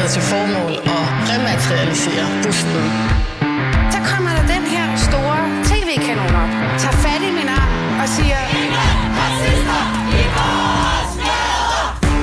til formål at rematerialisere busten. Så kommer der den her store tv-kanon op, tager fat i min arm og siger: Ingen racister i vores gader!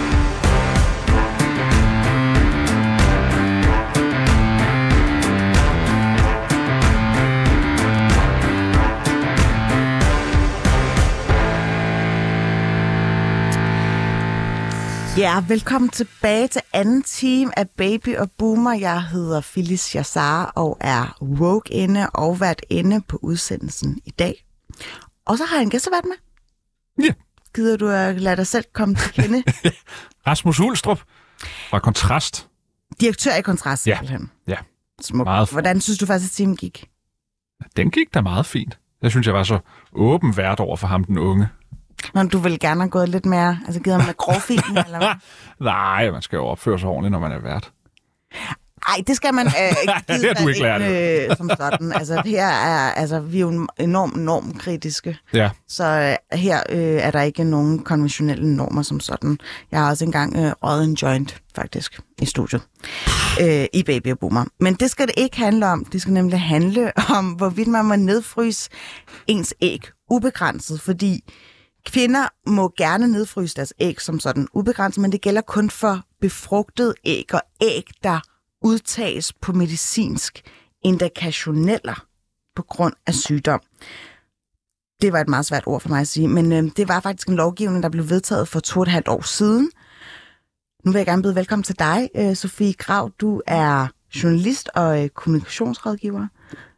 Ja, velkommen tilbage til anden time af Baby og Boomer. Jeg hedder Phyllis Jassar og er woke-inde og vært inde på udsendelsen i dag. Og så har jeg en gæstevært med. Ja. Gider du at lade dig selv komme til kende? Rasmus Ulstrup fra Kontrast. Direktør i Kontrast, ja. simpelthen. Ja, Smuk. meget. Hvordan synes du faktisk, at timen gik? Den gik da meget fint. Jeg synes, jeg var så åben vært over for ham, den unge. Nå, du ville gerne have gået lidt mere, altså givet ham med grovfilen, eller hvad? Nej, man skal jo opføre sig ordentligt, når man er vært. Ej, det skal man ikke. Det har du ikke lært. Som sådan. Altså, her er, altså, vi er jo enormt kritiske. Ja. Så her er der ikke nogen konventionelle normer som sådan. Jeg har også engang røget en joint, faktisk, i studiet. I Baby og Boomer. Men det skal det ikke handle om. Det skal nemlig handle om, hvorvidt man må nedfryse ens æg ubegrænset, fordi kvinder må gerne nedfryse deres æg som sådan ubegrænset, men det gælder kun for befrugtede æg og æg, der udtages på medicinsk indikationeller på grund af sygdom. Det var et meget svært ord for mig at sige, men det var faktisk en lovgivning, der blev vedtaget for 2,5 år siden. Nu vil jeg gerne byde velkommen til dig, Sofie Krav. Du er journalist og kommunikationsrådgiver.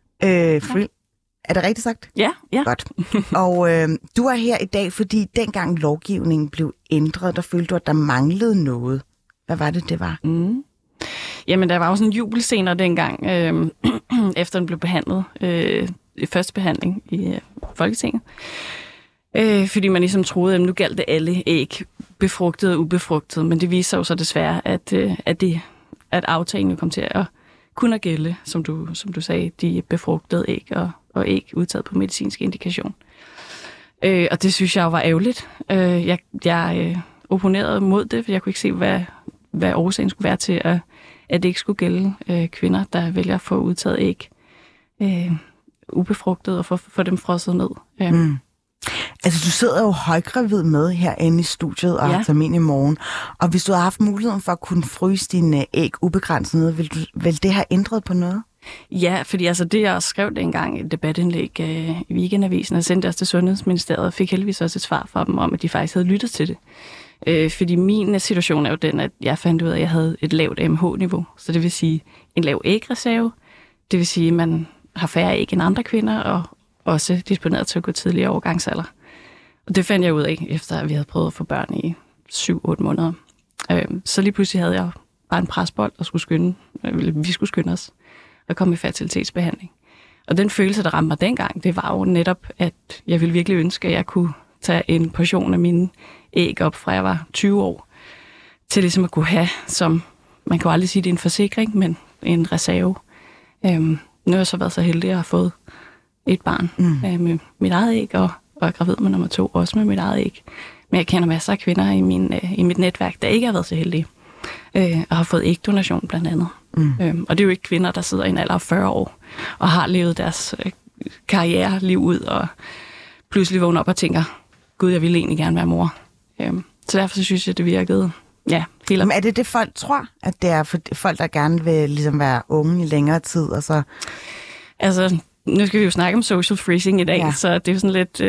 Er det rigtigt sagt? Ja. Godt. Og du er her i dag, fordi dengang lovgivningen blev ændret, der følte du, at der manglede noget. Hvad var det var? Jamen, der var jo sådan en jubelscener dengang, efter den blev behandlet, i første behandling i Folketinget. Fordi man ligesom troede, at nu galt det alle æg, befrugtede og ubefrugtede. Men det viste sig jo så desværre, at aftalen kom til at kun at gælde, som du sagde, de befrugtede æg og æg udtaget på medicinsk indikation. Og det synes jeg jo var ærgerligt. Jeg opponerede mod det, for jeg kunne ikke se, hvad årsagen skulle være til, at det ikke skulle gælde kvinder, der vælger at få udtaget æg ubefrugtet og få dem frosset ned. Altså, du sidder jo højgravid med herinde i studiet og har termin i morgen. Og hvis du havde haft muligheden for at kunne fryse dine æg ubegrænset ned, vil det have ændret på noget? Ja, fordi altså det, jeg skrev dengang i et debatindlæg i Weekendavisen og sendte os til Sundhedsministeriet, fik heldigvis også et svar fra dem om, at de faktisk havde lyttet til det. Fordi min situation er jo den, at jeg fandt ud af, at jeg havde et lavt AMH-niveau. Så det vil sige en lav ægreserve. Det vil sige, at man har færre æg end andre kvinder, og også disponeret til at gå tidligere overgangsalder. Og det fandt jeg ud af, efter at vi havde prøvet at få børn i 7-8 måneder. Så lige pludselig havde jeg bare en presbold, og vi skulle skynde os og komme i fertilitetsbehandling. Og den følelse, der ramte mig dengang, det var jo netop, at jeg ville virkelig ønske, at jeg kunne tage en portion af mine æg op, fra jeg var 20 år, til ligesom at kunne have, som man kan jo aldrig sige, det er en forsikring, men en reserve. Nu har jeg så været så heldig at have fået et barn med mit eget æg, og er gravid med nummer 2, også med mit eget æg. Men jeg kender masser af kvinder i mit netværk, der ikke har været så heldige, og har fået ægdonation blandt andet. Og det er jo ikke kvinder, der sidder i en alder af 40 år, og har levet deres karriereliv ud, og pludselig vågner op og tænker, gud, jeg ville egentlig gerne være mor. Så derfor så synes jeg, det virkede. Ja, Men er det folk tror, at det er for folk, der gerne vil ligesom være unge i længere tid? Og så... Altså, nu skal vi jo snakke om social freezing i dag, så det er jo sådan lidt...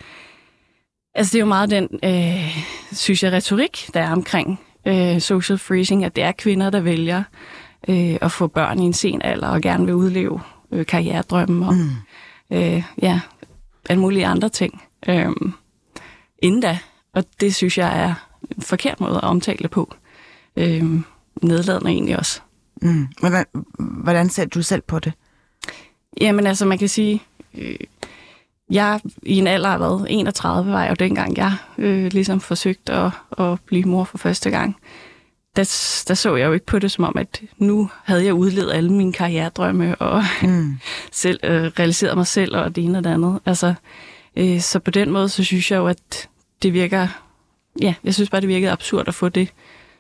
det er jo meget den, synes jeg, retorik, der er omkring social freezing, at det er kvinder, der vælger at få børn i en sen alder og gerne vil udleve karrieredrømme og alle mulige andre ting inden da. Og det synes jeg er en forkert måde at omtale på. Nedladende egentlig også. Hvordan ser du selv på det? Jamen altså, man kan sige, jeg i en alder af 31 var jeg jo dengang, jeg ligesom forsøgte at blive mor for første gang. Der så jeg jo ikke på det som om, at nu havde jeg udlevet alle mine karrieredrømme og selv realiseret mig selv og det ene og det andet. Altså, så på den måde, så synes jeg jo, at det virker... Ja, jeg synes bare, det virkede absurd at få det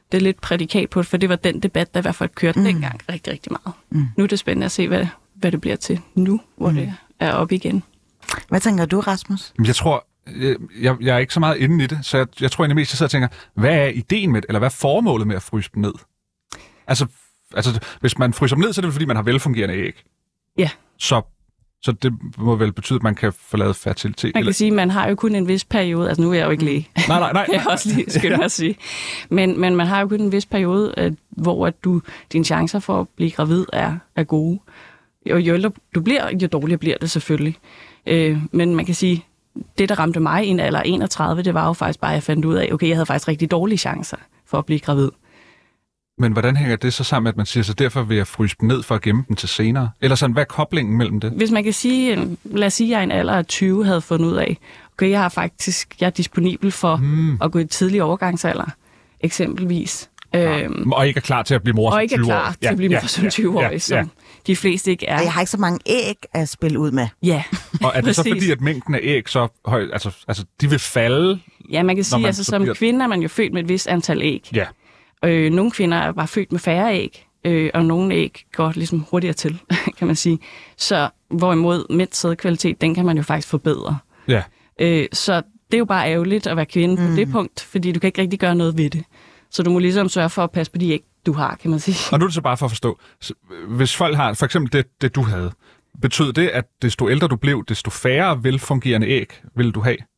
det er lidt prædikat på det, for det var den debat, der i hvert fald kørte dengang rigtig, rigtig meget. Nu er det spændende at se, hvad det bliver til nu, hvor det er op igen. Hvad tænker du, Rasmus? Jeg tror, jeg er ikke så meget inde i det, så jeg tror egentlig mest, jeg sidder og tænker, hvad er ideen med det, eller hvad er formålet med at fryse dem ned? Altså, hvis man fryser dem ned, så er det fordi, man har velfungerende æg. Ja. Så det må vel betyde, at man kan få lavet fertilitet. Man kan sige, at man har jo kun en vis periode, altså nu er jeg jo ikke læge, Nej. kan jeg også lige skynde mig at sige. Men man har jo kun en vis periode, hvor dine chancer for at blive gravid er gode. Jo ældre du bliver, jo dårligere bliver det selvfølgelig. Men man kan sige, det der ramte mig i en alder 31, det var jo faktisk bare, at jeg fandt ud af, okay, jeg havde faktisk rigtig dårlige chancer for at blive gravid. Men hvordan hænger det så sammen med, at man siger, så derfor vil jeg fryse dem ned for at gemme dem til senere? Eller sådan, hvad er koblingen mellem det? Hvis man kan sige, lad os sige, at jeg i en alder af 20 havde fundet ud af, okay, jeg er disponibel for at gå i tidlig overgangsalder, eksempelvis. Og ikke er klar til at blive mor som 20 år. Og ikke er klar til at blive mor som 20-årig, som de fleste ikke er. Og jeg har ikke så mange æg at spille ud med. Ja, og er det så fordi, at mængden af æg så høj, altså de vil falde? Ja, man kan sige, altså som kvinde er man jo født med et vist antal æg. Ja. Nogle kvinder var født med færre æg, og nogle æg går ligesom hurtigere til, kan man sige. Så hvorimod mænds sædkvalitet, den kan man jo faktisk forbedre. Ja. Så det er jo bare ærgerligt at være kvinde på det punkt, fordi du kan ikke rigtig gøre noget ved det. Så du må ligesom sørge for at passe på de æg, du har, kan man sige. Og nu er det så bare for at forstå. Hvis folk har, for eksempel det du havde, betød det, at desto ældre du blev, desto færre velfungerende æg ville du have?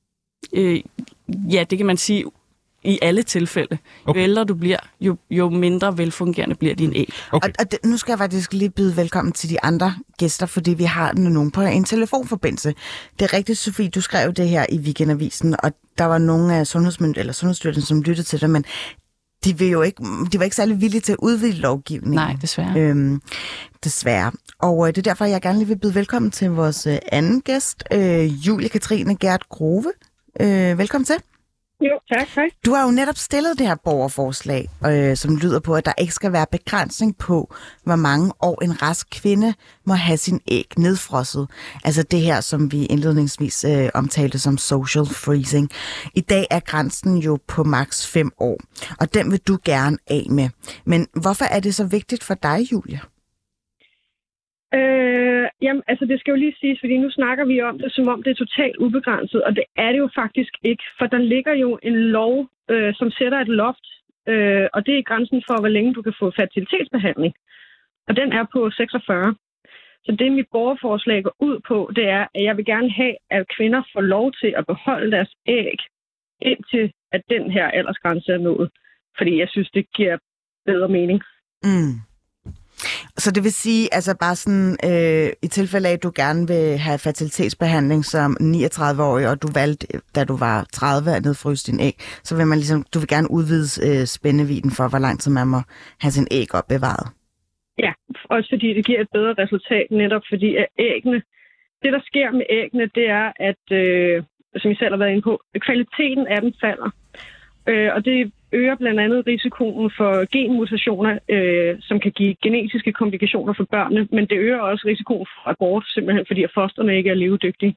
Ja, det kan man sige i alle tilfælde. Okay. Jo ældre du bliver, jo mindre velfungerende bliver din æg. Okay. Og nu skal jeg faktisk lige byde velkommen til de andre gæster, fordi vi har nogen på en telefonforbindelse. Det er rigtigt, Sofie, du skrev det her i Weekendavisen, og der var nogle af Sundhedsstyrelsen, som lyttede til det, men de var ikke særlig villige til at udvide lovgivningen. Nej, desværre. Desværre. Og det er derfor, jeg gerne lige vil byde velkommen til vores anden gæst, Julie Katrine Gert Grove. Velkommen til. Jo, tak. Hej. Du har jo netop stillet det her borgerforslag, som lyder på, at der ikke skal være begrænsning på, hvor mange år en rask kvinde må have sin æg nedfrosset. Altså det her, som vi indledningsvis omtalte som social freezing. I dag er grænsen jo på maks 5 år, og den vil du gerne af med. Men hvorfor er det så vigtigt for dig, Julie? Jamen, altså det skal jo lige siges, fordi nu snakker vi om det, som om det er totalt ubegrænset, og det er det jo faktisk ikke, for der ligger jo en lov, som sætter et loft, og det er grænsen for, hvor længe du kan få fertilitetsbehandling, og den er på 46. Så det, mit borgerforslag går ud på, det er, at jeg vil gerne have, at kvinder får lov til at beholde deres æg, indtil at den her aldersgrænse er nået, fordi jeg synes, det giver bedre mening. Mm. Så det vil sige, altså bare sådan, i tilfælde af, at du gerne vil have fertilitetsbehandling som 39-årig, og du valgte, da du var 30, at nedfryse din æg, så vil man ligesom, du vil gerne udvide spændeviden for, hvor lang tid man må have sin æg opbevaret. Ja, også fordi det giver et bedre resultat, netop fordi at æggene, det der sker med æggene, det er, at, som I selv har været inde på, kvaliteten af dem falder. Og det øger blandt andet risikoen for genmutationer, som kan give genetiske komplikationer for børnene, men det øger også risikoen for abort, simpelthen fordi at fosterne ikke er levedygtige.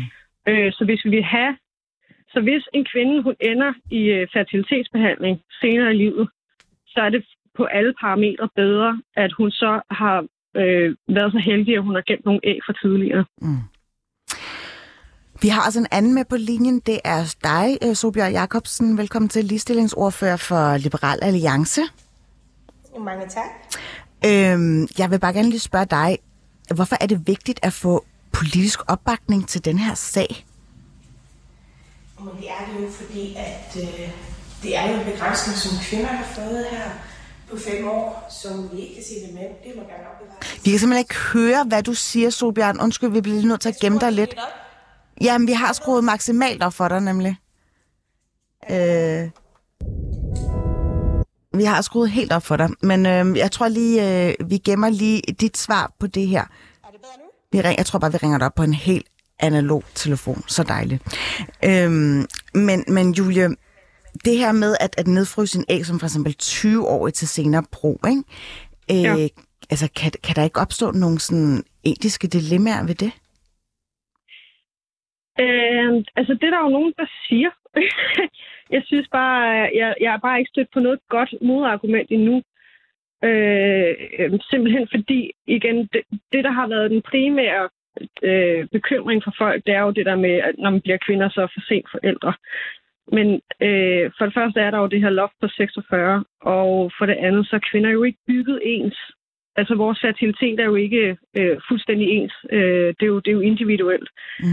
Så hvis en kvinde hun ender i fertilitetsbehandling senere i livet, så er det på alle parametre bedre, at hun så har været så heldig, at hun har gemt nogle æg fra tidligere. Mm. Vi har altså en anden med på linjen. Det er dig, Sólbjørg Jacobsen. Velkommen til, ligestillingsordfører for Liberal Alliance. Mange tak. Jeg vil bare gerne lige spørge dig, hvorfor er det vigtigt at få politisk opbakning til den her sag? Men det er det jo, fordi at det er jo en begrænsning, som kvinder har fået her på 5 år, som vi ikke kan se det med. Det må gerne opbevare. Vi kan simpelthen ikke høre, hvad du siger, Sólbjørg. Undskyld, vi bliver nødt til at gemme dig lidt. Jamen, vi har skruet maksimalt op for dig, nemlig. Vi har skruet helt op for dig, men jeg tror lige, vi gemmer lige dit svar på det her. Er det bedre nu? Jeg tror bare, vi ringer dig op på en helt analog telefon. Så dejligt. Men Julie, det her med at nedfryse sin æg, som for eksempel 20-årig til senere brug, ikke? Ja. Altså, kan der ikke opstå nogle sådan etiske dilemmaer ved det? Altså, det er der jo nogen, der siger. Jeg synes bare, jeg er bare ikke stødt på noget godt modargument endnu. Simpelthen fordi, igen, det der har været den primære bekymring for folk, det er jo det der med, at når man bliver kvinder, så er for sent forældre. Men for det første er der jo det her loft på 46, og for det andet, så er kvinder jo ikke bygget ens. Altså, vores fertilitet er jo ikke fuldstændig ens. Det er jo individuelt.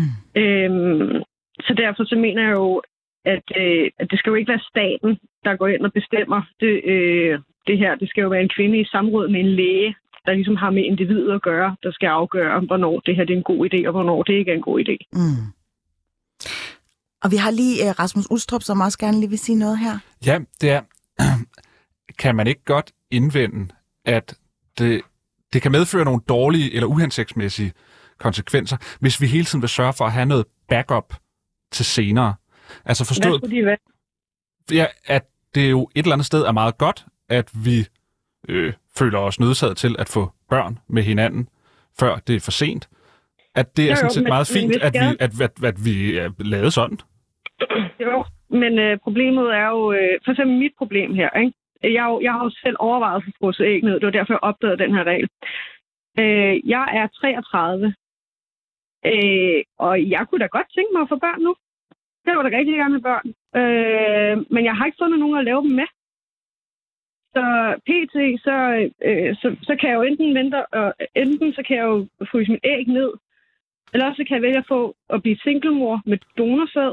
Så derfor så mener jeg jo, at det skal jo ikke være staten, der går ind og bestemmer det her. Det skal jo være en kvinde i samråd med en læge, der ligesom har med individet at gøre, der skal afgøre, hvornår det her det er en god idé, og hvornår det ikke er en god idé. Og vi har lige Rasmus Ulstrup, som også gerne lige vil sige noget her. Ja, det er. Kan man ikke godt indvende, at det kan medføre nogle dårlige eller uhensigtsmæssige konsekvenser, hvis vi hele tiden vil sørge for at have noget backup til senere? Altså forstået, at det jo et eller andet sted er meget godt, at vi føler os nødsaget til at få børn med hinanden, før det er for sent. At det er sådan set meget fint, at vi er lavet sådan. Jo, men problemet er jo, for eksempel mit problem her, ikke? Jeg har jo selv overvejet at få frosset æg ned. Det var derfor, jeg opdagede den her regel. Jeg er 33, og jeg kunne da godt tænke mig at få børn nu. Det var da rigtig gerne med børn. Men jeg har ikke fundet nogen at lave dem med. Så pt. Så kan jeg jo enten så kan jeg jo fryse mit æg ned, eller også kan jeg vælge at blive singlemor med donorsæd.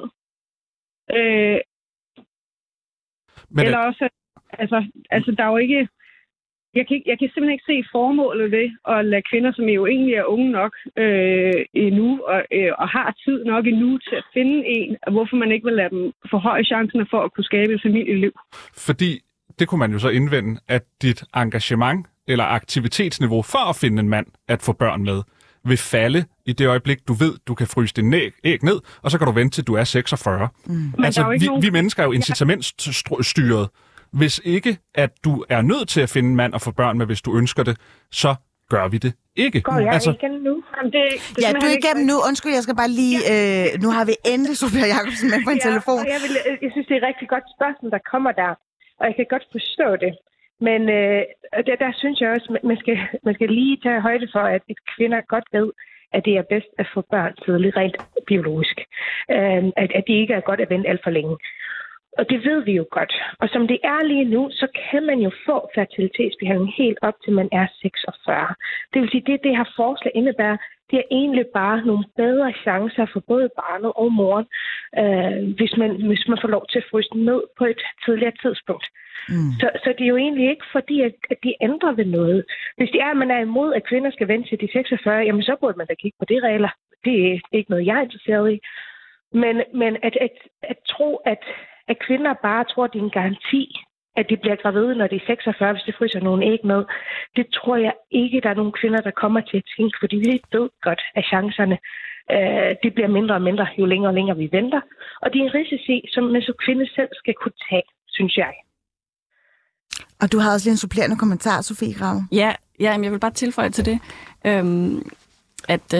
Eller også, altså der er jo ikke... Jeg kan simpelthen ikke se formålet ved at lade kvinder, som jo egentlig er unge nok endnu, og har tid nok endnu til at finde en, og hvorfor man ikke vil lade dem forhøje chancerne for at kunne skabe et familieliv. Fordi det kunne man jo så indvende, at dit engagement eller aktivitetsniveau for at finde en mand at få børn med, vil falde i det øjeblik, du ved, du kan fryse din æg ned, og så kan du vente til, du er 46. Altså, vi mennesker er jo incitamentsstyret. Hvis ikke, at du er nødt til at finde en mand og få børn med, hvis du ønsker det, så gør vi det ikke. Går jeg igennem nu? Du er igennem nu. Undskyld, jeg skal bare lige... nu har vi endelig Sofia Jacobsen med på en telefon. Jeg synes, det er et rigtig godt spørgsmål, der kommer der. Og jeg kan godt forstå det. Men der synes jeg også, man skal lige tage højde for, at kvinder godt ved, at det er bedst at få børn tidligt, rent biologisk. At det ikke er godt at vente alt for længe. Og det ved vi jo godt. Og som det er lige nu, så kan man jo få fertilitetsbehandling helt op til man er 46. Det vil sige, det her forslag indebærer, det er egentlig bare nogle bedre chancer for både barnet og moren, hvis man får lov til at fryse ned på et tidligere tidspunkt. Så det er jo egentlig ikke fordi, at de ændrer ved noget. Hvis det er, at man er imod, at kvinder skal vente til de 46, jamen så burde man da kigge på de regler. Det er ikke noget, jeg er interesseret i. Men at tro, at kvinder bare tror, at det er en garanti, at de bliver gravide, når de er 46, hvis de fryser nogle æg med. Det tror jeg ikke, der er nogen kvinder, der kommer til at tænke, fordi vi ved godt, at chancerne de bliver mindre og mindre, jo længere og længere vi venter. Og det er en risici, som man som kvinde selv skal kunne tage, synes jeg. Og du har også lige en supplerende kommentar, Sofie Grave. Ja, jeg vil bare tilføje til det, at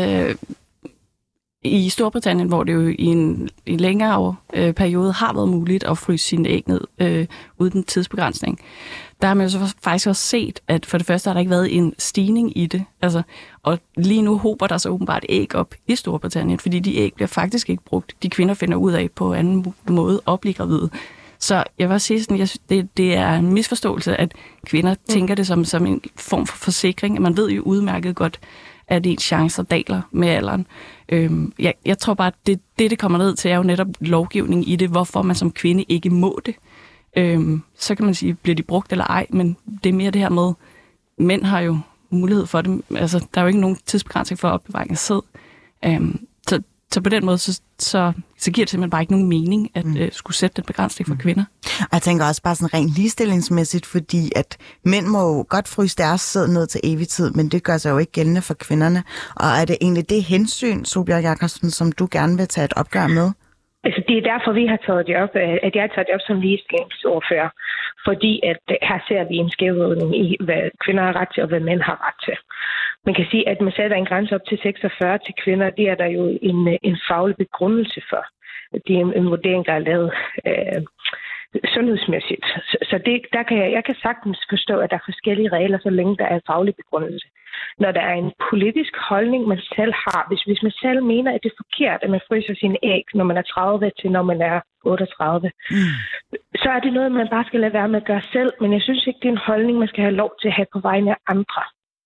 i Storbritannien, hvor det jo i en længere periode har været muligt at fryse sine æg ned uden tidsbegrænsning, der har man jo så faktisk også set, at for det første har der ikke været en stigning i det. Altså, og lige nu hober der så åbenbart æg op i Storbritannien, fordi de æg bliver faktisk ikke brugt. De kvinder finder ud af på anden måde at blive gravide. Så jeg vil sige sådan, det er en misforståelse, at kvinder tænker det som en form for forsikring. Man ved jo udmærket godt, at ens chancer daler med alderen. Jeg tror bare, at det kommer ned til, er jo netop lovgivning i det, hvorfor man som kvinde ikke må det. Så kan man sige, bliver de brugt eller ej, men det er mere det her med, mænd har jo mulighed for det. Altså, der er jo ikke nogen tidsbegrænsning for opbevaring af sæd. Så på den måde, så giver det simpelthen bare ikke nogen mening, at skulle sætte den begrænsning for kvinder. Og jeg tænker også bare sådan rent ligestillingsmæssigt, fordi at mænd må jo godt fryse deres sæd ned til evig tid, men det gør sig jo ikke gældende for kvinderne. Og er det egentlig det hensyn, Sofia Jacobsen, som du gerne vil tage et opgør med? Altså, det er derfor, vi har taget det op, at jeg har taget det op som ligestillingsordfører. Fordi at her ser vi en skævvridning i, hvad kvinder har ret til, og hvad mænd har ret til. Man kan sige, at man sætter en grænse op til 46 til kvinder, det er der jo en faglig begrundelse for. det er en vurdering, der er lavet sundhedsmæssigt. Så jeg kan sagtens forstå, at der er forskellige regler, så længe der er faglig begrundelse. Når der er en politisk holdning, man selv har, hvis man selv mener, at det er forkert, at man fryser sine æg, når man er 30 til når man er 38, så er det noget, man bare skal lade være med at gøre selv. Men jeg synes ikke, det er en holdning, man skal have lov til at have på vegne af andre.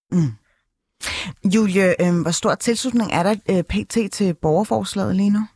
Julie, hvor stor tilslutning er der pt. Til borgerforslaget lige nu?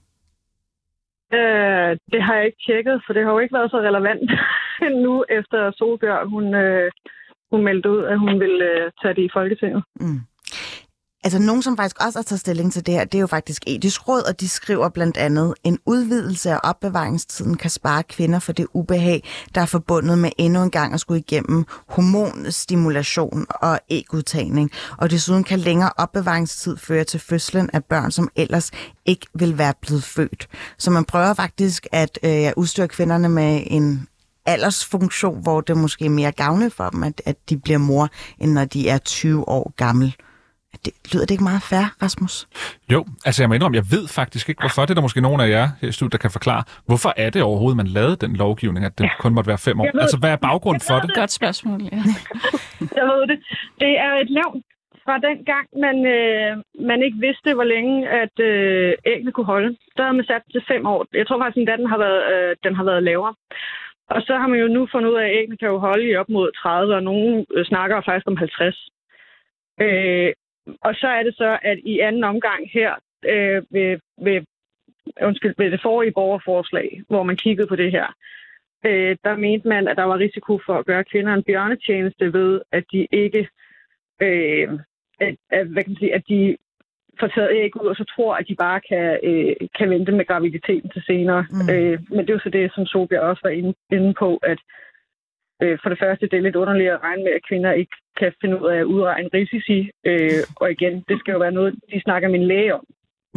Det har jeg ikke tjekket, for det har jo ikke været så relevant nu, efter Solbjørn, hun meldte ud, at hun ville tage det i Folketinget. Altså nogen, som faktisk også har taget stilling til det her, det er jo faktisk Etisk Råd, og de skriver blandt andet, en udvidelse af opbevaringstiden kan spare kvinder for det ubehag, der er forbundet med endnu en gang at skulle igennem hormonstimulation og ægudtagning. Og desuden kan længere opbevaringstid føre til fødslen af børn, som ellers ikke vil være blevet født. Så man prøver faktisk at udstyre kvinderne med en aldersfunktion, hvor det måske er mere gavnligt for dem, at de bliver mor, end når de er 20 år gammel. Lyder det ikke meget fair, Rasmus? Jo, altså jeg må indrømme, jeg ved faktisk ikke, hvorfor. Det er der måske nogen af jer her i studiet, der kan forklare. Hvorfor er det overhovedet, man lavede den lovgivning, at det kun måtte være 5 år? Altså, hvad er baggrunden for det? Godt spørgsmål, ja. Jeg ved det. Det er et levn fra den gang, man ikke vidste, hvor længe at æggene kunne holde. Der har man sat til 5 år. Jeg tror faktisk, at den har været lavere. Og så har man jo nu fundet ud af, at æggene kan jo holde i op mod 30, og nogen snakker faktisk om 50. Og så er det så, at i anden omgang her ved det forrige borgerforslag, hvor man kiggede på det her, der mente man, at der var risiko for at gøre kvinder en bjørnetjeneste ved, at de ikke, at de får taget æg ud, og så tror, at de bare kan vente med graviditeten til senere. Men det er jo så det, som Solbjerg også var inde på, at for det første, det er lidt underligt at regne med, at kvinder ikke kan finde ud af at udregne risici. Og igen, det skal jo være noget, de snakker min læge om.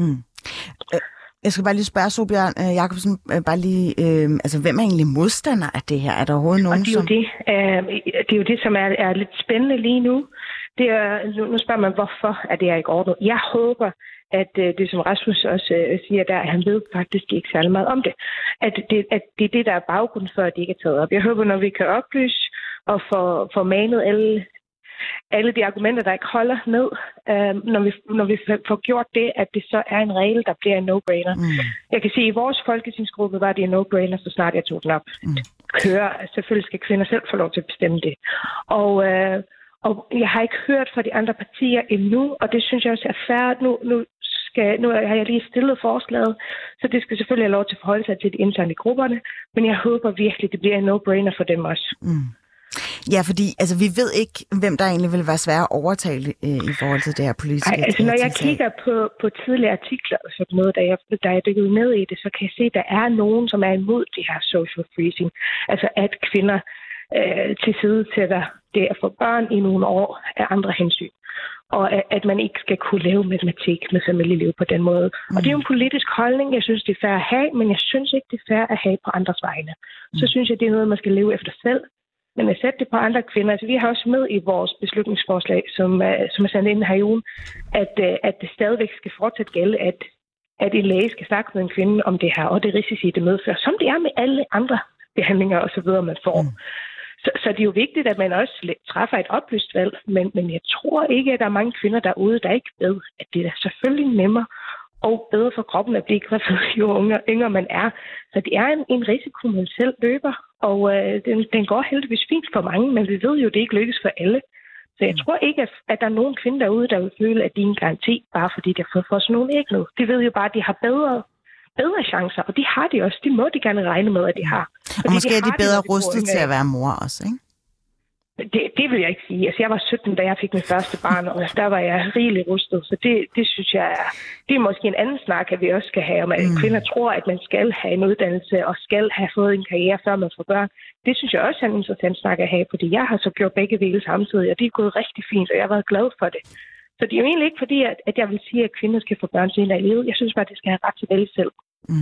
Jeg skal bare lige spørge Solbjørn Jacobsen, bare lige, altså hvem er egentlig modstander af det her? Er der overhovedet nogen, det er jo det, som er lidt spændende lige nu. Det er, nu spørger man, hvorfor er det her ikke ordnet? Jeg håber, at det, som Rasmus også siger der, at han ved faktisk ikke særlig meget om det. At det er det, der er baggrunden for, at det ikke er taget op. Jeg håber, når vi kan oplyse og få manet alle de argumenter, der ikke holder ned, når vi får gjort det, at det så er en regel, der bliver en no-brainer. Jeg kan sige, at i vores folketingsgruppe var det en no-brainer, så snart jeg tog den op. Selvfølgelig skal kvinder selv få lov til at bestemme det. Og jeg har ikke hørt fra de andre partier endnu, og det synes jeg også er fair. Nu har jeg lige stillet forslaget, så det skal selvfølgelig have lov til at forholde sig til de interne grupperne, men jeg håber virkelig, det bliver en no-brainer for dem også. Ja, fordi altså, vi ved ikke, hvem der egentlig vil være svære at overtale i forhold til det her politiske. Altså, når jeg kigger på tidligere artikler og sådan noget, da jeg dykkede ned i det, så kan jeg se, at der er nogen, som er imod det her social freezing. Altså, at kvinder tilsidesætter det at få børn i nogle år af andre hensyn. Og at man ikke skal kunne lave matematik med familieliv på den måde. Og det er jo en politisk holdning, jeg synes, det er fair at have, men jeg synes ikke, det er fair at have på andres vegne. Så synes jeg, det er noget, man skal leve efter selv. Men at sætte det på andre kvinder, altså vi har også med i vores beslutningsforslag, som er sendt ind her i ugen, at det stadigvæk skal fortsat gælde, at en læge skal snakke med en kvinde om det her, og det risici, det medfører, som det er med alle andre behandlinger og så videre, man får. Så det er jo vigtigt, at man også træffer et oplyst valg, men jeg tror ikke, at der er mange kvinder derude, der ikke ved, at det er selvfølgelig nemmere og bedre for kroppen at blive gravid, jo yngre man er. Så det er en risiko, man selv løber, og den går heldigvis fint for mange, men vi ved jo, at det ikke lykkes for alle. Så jeg tror ikke, at der er nogen kvinder derude, der vil føle, at det er en garanti, bare fordi de har fået sådan nogle æg nu. De ved jo bare, at de har bedre chancer, og de har de også. De må de gerne regne med, at de har. Og måske er de bedre rustet til at være mor også, ikke? Det vil jeg ikke sige. Altså, jeg var 17, da jeg fik mit første barn, og der var jeg rigeligt rustet. Så det synes jeg det er måske en anden snak, at vi også skal have om, at kvinder tror, at man skal have en uddannelse og skal have fået en karriere, før man får børn. Det synes jeg også er en interessant snak at have, fordi jeg har så gjort begge dele samtidig, og det er gået rigtig fint, og jeg har været glad for det. Så det er jo egentlig ikke fordi, at jeg vil sige, at kvinder skal få børn senere i livet. Jeg synes bare, at de skal have ret til at vælge selv.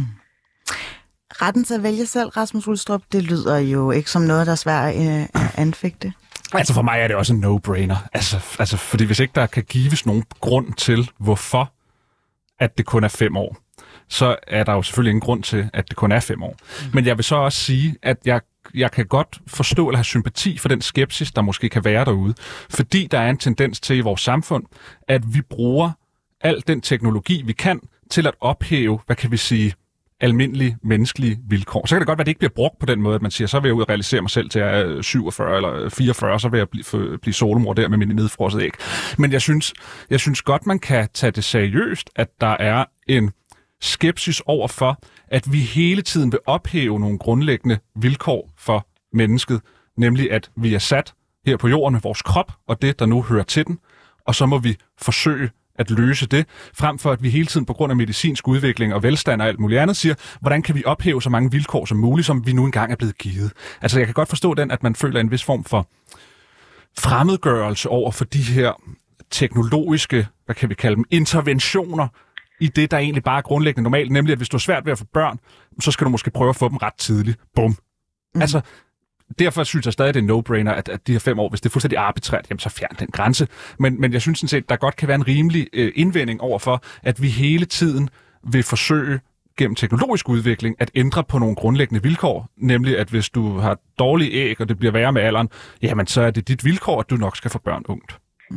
Retten til at vælge selv, Rasmus Ulstrup, det lyder jo ikke som noget, der er svært at anfægte. Altså for mig er det også en no-brainer. Altså fordi hvis ikke der kan gives nogen grund til, hvorfor at det kun er 5 år, så er der jo selvfølgelig ingen grund til, at det kun er 5 år. Men jeg vil så også sige, at jeg kan godt forstå eller have sympati for den skepsis, der måske kan være derude. Fordi der er en tendens til i vores samfund, at vi bruger al den teknologi, vi kan, til at ophæve, hvad kan vi sige, almindelige menneskelige vilkår. Så kan det godt være, at det ikke bliver brugt på den måde, at man siger, så vil jeg ud og realisere mig selv til at jeg er 47 eller 44, så vil jeg blive solomor der med min nedfrosset æg. Men jeg synes godt, man kan tage det seriøst, at der er en skepsis over for, at vi hele tiden vil ophæve nogle grundlæggende vilkår for mennesket, nemlig at vi er sat her på jorden med vores krop og det, der nu hører til den, og så må vi forsøge at løse det, frem for at vi hele tiden på grund af medicinsk udvikling og velstand og alt muligt andet siger, hvordan kan vi ophæve så mange vilkår som muligt, som vi nu engang er blevet givet. Altså jeg kan godt forstå den, at man føler en vis form for fremmedgørelse over for de her teknologiske, hvad kan vi kalde dem, interventioner i det, der egentlig bare er grundlæggende normalt, nemlig at hvis du er svært ved at få børn, så skal du måske prøve at få dem ret tidligt. Bum. Altså, derfor synes jeg stadig, at det er no-brainer, at de her 5 år, hvis det er fuldstændig arbitrært, jamen så fjern den grænse. Men jeg synes sådan set, der godt kan være en rimelig indvending over for, at vi hele tiden vil forsøge gennem teknologisk udvikling at ændre på nogle grundlæggende vilkår, nemlig at hvis du har dårlige æg, og det bliver værre med alderen, jamen så er det dit vilkår, at du nok skal få børn ungt.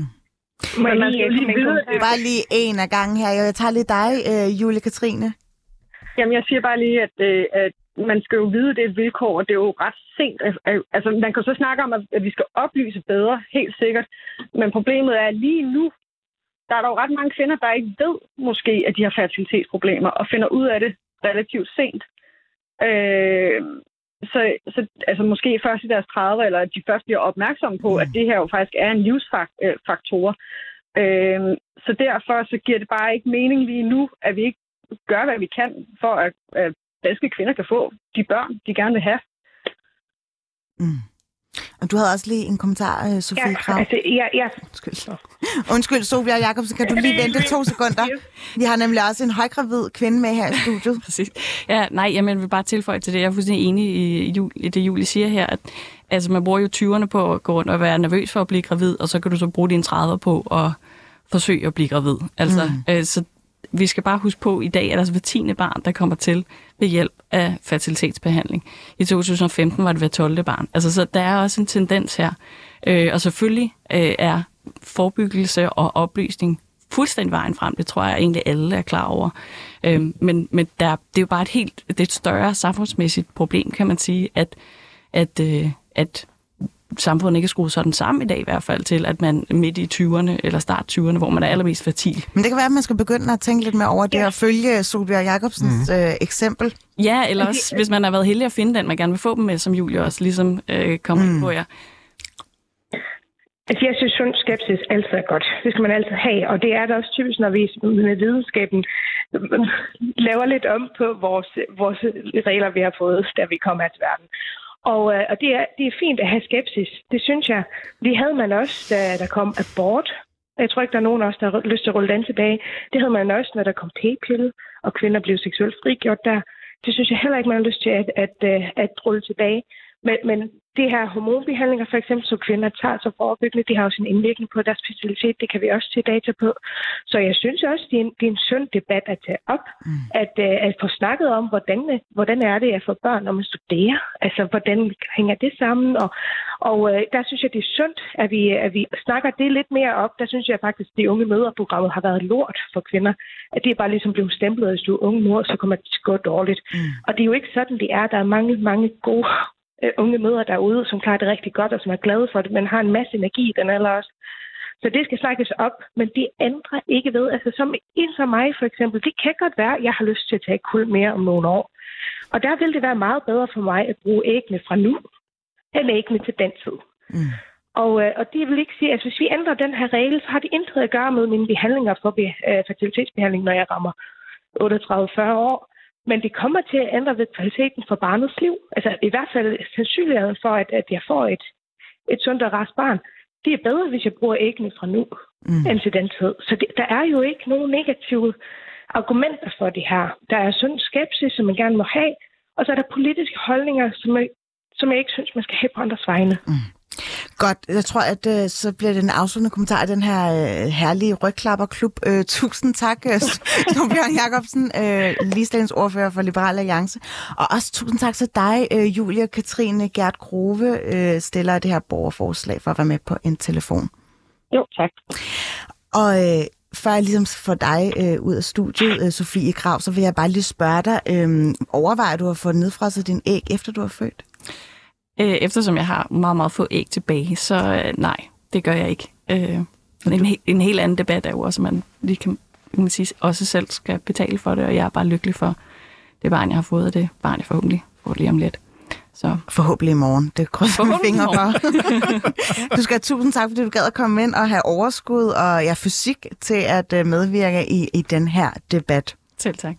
Bare lige en af gangen her. Jeg tager lige dig, Julie Katrine. Jamen, jeg siger bare lige, at man skal jo vide, at det er et vilkår, og det er jo ret sent. Altså, man kan så snakke om, at vi skal oplyse bedre, helt sikkert. Men problemet er, at lige nu, der er der jo ret mange kvinder, der ikke ved måske, at de har fertilitetsproblemer, og finder ud af det relativt sent. Så altså måske først i deres 30'er, eller at de først bliver opmærksomme på, at det her jo faktisk er en livsfaktor. Så derfor så giver det bare ikke mening lige nu, at vi ikke gør, hvad vi kan, for at danske kvinder kan få de børn, de gerne vil have. Og du havde også lige en kommentar, Sofie Krav. Undskyld, Sofia Jacobsen, kan du lige vente 2 sekunder? Vi har nemlig også en højgravid kvinde med her i studiet. Præcis. Ja, nej, jeg vil bare tilføje til det. Jeg er fuldstændig enig i det, Julie siger her, at altså, man bruger jo 20'erne på at gå rundt og være nervøs for at blive gravid, og så kan du så bruge dine 30'er på at forsøge at blive gravid. Altså, så vi skal bare huske på, at i dag er der hver 10. barn, der kommer til ved hjælp af fertilitetsbehandling. I 2015 var det hver 12. barn. Altså, så der er også en tendens her. Og selvfølgelig er forebyggelse og oplysning fuldstændig vejen frem. Det tror jeg egentlig alle er klar over. Men det er jo bare det er et større samfundsmæssigt problem, kan man sige, at samfundet ikke er skruet sådan sammen i dag i hvert fald til, at man midt i 20'erne eller start 20'erne, hvor man er allermest fertil. Men det kan være, at man skal begynde at tænke lidt mere over det og følge Sofia Jacobsens eksempel. Ja, eller også, hvis man har været heldig at finde den, man gerne vil få dem med, som Julie også ligesom kommer ind på jer. Altså, jeg synes, sund skepsis altid er godt. Det skal man altid have, og det er da også typisk, når vi med videnskaben laver lidt om på vores regler, vi har fået, da vi kommer til verden. Og det er fint at have skepsis. Det synes jeg. Det havde man også, da der kom abort. Jeg tror ikke, der er nogen af os, der har lyst til at rulle den tilbage. Det havde man også, når der kom p-pille, og kvinder blev seksuelt frigjort der. Det synes jeg heller ikke, man har lyst til at rulle tilbage. Men de her hormonbehandlinger, for eksempel, som kvinder tager så forebyggende, det har også en indvirkning på deres fertilitet. Det kan vi også se data på. Så jeg synes også, det er en sund debat at tage op. At få snakket om, hvordan er det at få børn, når man studerer. Altså, hvordan hænger det sammen? Og der synes jeg, det er sundt, at vi snakker det lidt mere op. Der synes jeg faktisk, at det unge mødreprogrammet har været lort for kvinder. At det er bare ligesom blevet stemplet, at hvis du er unge mor, så kommer det til at gå dårligt. Og det er jo ikke sådan, det er. Der er mange, mange gode unge mødre derude, som klarer det rigtig godt, og som er glade for det, men har en masse energi i den alder også. Så det skal snakkes op, men det ændrer ikke ved. Altså som mig for eksempel, det kan godt være, at jeg har lyst til at tage kuld mere om nogle år. Og der vil det være meget bedre for mig at bruge æggene fra nu, end æggene til den tid. Og det vil ikke sige, at hvis vi ændrer den her regel, så har det intet at gøre med mine behandlinger for fertilitetsbehandling, når jeg rammer 38-40 år. Men det kommer til at ændre ved kvaliteten for barnets liv. Altså i hvert fald sandsynligheden for, at jeg får et sundt og rask barn. Det er bedre, hvis jeg bruger æggene fra nu, end til den tid. Så der er jo ikke nogen negative argumenter for det her. Der er sund skepsis, som man gerne må have. Og så er der politiske holdninger, som jeg ikke synes, man skal have på andres vegne. Godt, jeg tror, at så bliver det en afsluttende kommentar i den her herlige rygklapperklub. Tusind tak, Torbjørn Jacobsen, ligestillingsordfører for Liberal Alliance. Og også tusind tak til dig, Julia Katrine Gert Grove, stiller det her borgerforslag for at være med på en telefon. Jo, tak. Og før jeg ligesom får dig ud af studiet, Sofie Krav, så vil jeg bare lige spørge dig, overvejer du at få nedfrosset din æg, efter du er født? Eftersom jeg har meget, meget få æg tilbage, så nej, det gør jeg ikke. En helt anden debat er jo også, at man lige kan man sige, også selv skal betale for det, og jeg er bare lykkelig for det barn, jeg har fået, og det barn, jeg forhåbentlig får lige om lidt. Så. Forhåbentlig i morgen. Det krydser med fingre for. Du skal have tusind tak, fordi du gad at komme ind og have overskud og fysik til at medvirke i den her debat. Selv tak.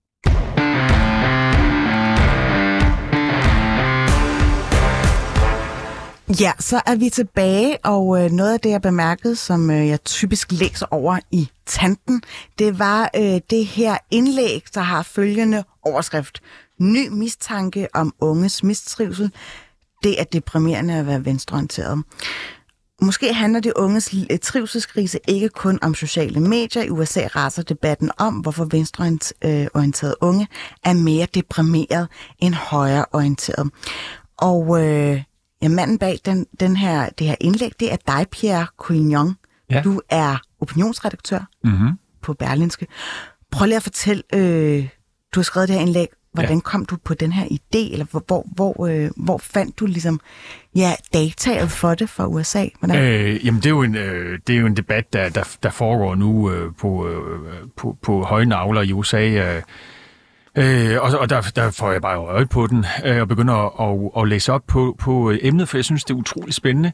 Ja, så er vi tilbage, og noget af det, jeg bemærkede, som jeg typisk læser over i Tanten, det var det her indlæg, der har følgende overskrift. Ny mistanke om unges mistrivsel. Det er deprimerende at være venstreorienteret. Måske handler de unges trivselskrise ikke kun om sociale medier. I USA raser debatten om, hvorfor venstreorienterede unge er mere deprimeret end højreorienteret. Og manden bag det her indlæg, det er dig, Pierre Quignon. Ja. Du er opinionsredaktør på Berlingske. Prøv lige at fortælle, du har skrevet det her indlæg. Hvordan kom du på den her idé, eller hvor fandt du ligesom dataet for det fra USA? Jamen det er jo en debat, der foregår nu på høje nagler i USA. Og der får jeg bare øje på den og begynder at læse op på emnet, for jeg synes, det er utroligt spændende.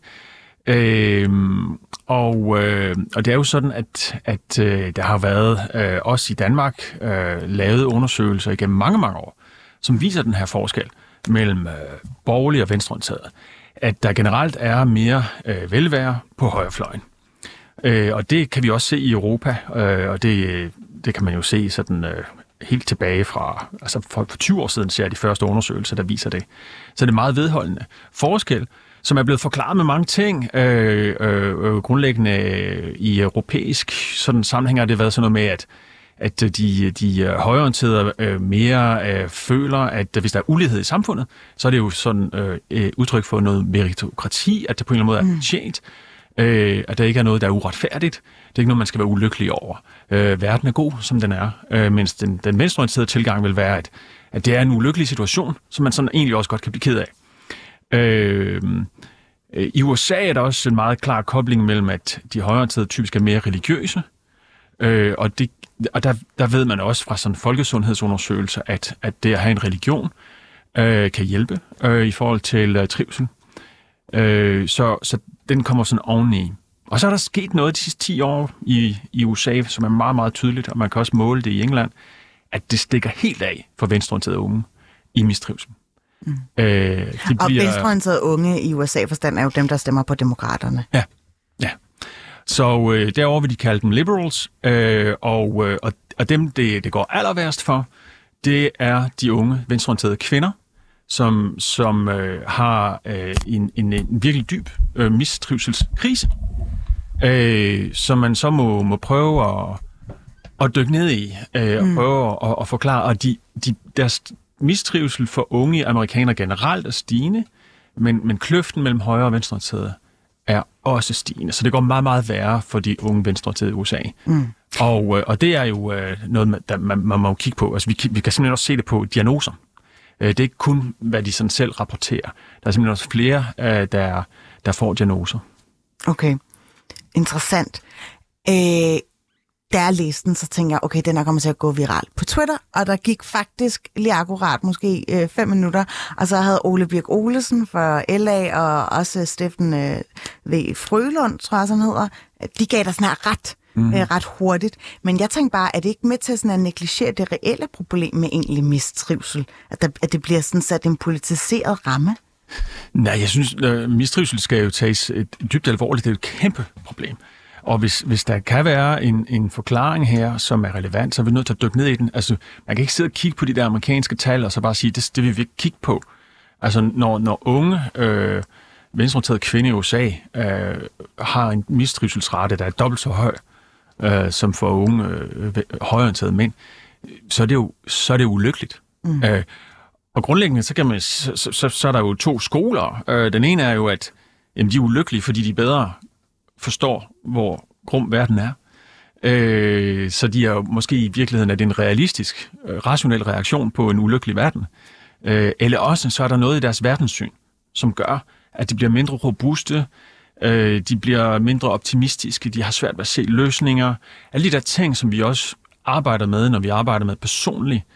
Og det er jo sådan, at der har været også i Danmark lavet undersøgelser igennem mange, mange år, som viser den her forskel mellem borgerlige og venstreorienterede. At der generelt er mere velvære på højrefløjen. Og det kan vi også se i Europa, og det kan man jo se sådan helt tilbage fra, altså for 20 år siden ser de første undersøgelser, der viser det. Så det er meget vedholdende forskel, som er blevet forklaret med mange ting. Grundlæggende i europæisk sådan sammenhæng har det været sådan noget med, at de højreorienterede mere føler, at hvis der er ulighed i samfundet, så er det jo sådan udtryk for noget meritokrati, at det på en eller anden måde er tjent, at der ikke er noget, der er uretfærdigt. Det er ikke noget, man skal være ulykkelig over. Verden er god, som den er, mens den venstreorienterede tilgang vil være, at det er en ulykkelig situation, som man sådan egentlig også godt kan blive ked af. I USA er der også en meget klar kobling mellem, at de højreorienterede typisk er mere religiøse, og der ved man også fra sådan folkesundhedsundersøgelser, at det at have en religion kan hjælpe i forhold til trivsel. Så den kommer sådan oveni. Og så er der sket noget de sidste 10 år i USA, som er meget, meget tydeligt, og man kan også måle det i England, at det stikker helt af for venstreorienterede unge i mistrivsel. Og venstreorienterede unge i USA-forstand er jo dem, der stemmer på demokraterne. Ja. Så derovre vil de kalde dem liberals, og dem, det går aller værst for, det er de unge venstreorienterede kvinder, som har en virkelig dyb mistrivselskrise, som man så må prøve at dykke ned i og prøve at forklare. Og deres mistrivsel for unge amerikanere generelt er stigende, men kløften mellem højre og venstreorienterede er også stigende. Så det går meget, meget værre for de unge venstreorienterede i USA. Og det er jo noget, man må kigge på. Altså, vi kan simpelthen også se det på diagnoser. Det er ikke kun, hvad de sådan selv rapporterer. Der er simpelthen også flere, der får diagnoser. Okay. Interessant. Da jeg læste den, så tænkte jeg, okay, den er kommet til at gå viralt på Twitter, og der gik faktisk lige akkurat måske 5 minutter, og så havde Ole Birk Olesen fra LA og også Steffen V. Frølund, tror jeg, som hedder, de gav der sådan her ret hurtigt. Men jeg tænkte bare, er det ikke med til sådan at negligere det reelle problem med egentlig mistrivsel? At det bliver sådan sat en politiseret ramme? Nej, jeg synes, mistrivsel skal jo tages dybt alvorligt. Det er et kæmpe problem. Og hvis der kan være en forklaring her, som er relevant, så er vi nødt til at dykke ned i den. Altså, man kan ikke sidde og kigge på de der amerikanske tal, og så bare sige, det vil vi ikke kigge på. Altså, når unge venstreorienteret kvinde i USA har en mistrivselsrate, der er dobbelt så høj som for unge højreorienterede mænd, så er det ulykkeligt. Og grundlæggende, så er der jo 2 skoler. Den ene er jo, at jamen, de er ulykkelige, fordi de bedre forstår, hvor grum verden er. Så de er jo måske i virkeligheden, at det er en realistisk, rationel reaktion på en ulykkelig verden. Eller også, så er der noget i deres verdenssyn, som gør, at de bliver mindre robuste, de bliver mindre optimistiske, de har svært ved at se løsninger. Alle de der ting, som vi også arbejder med, når vi arbejder med personlig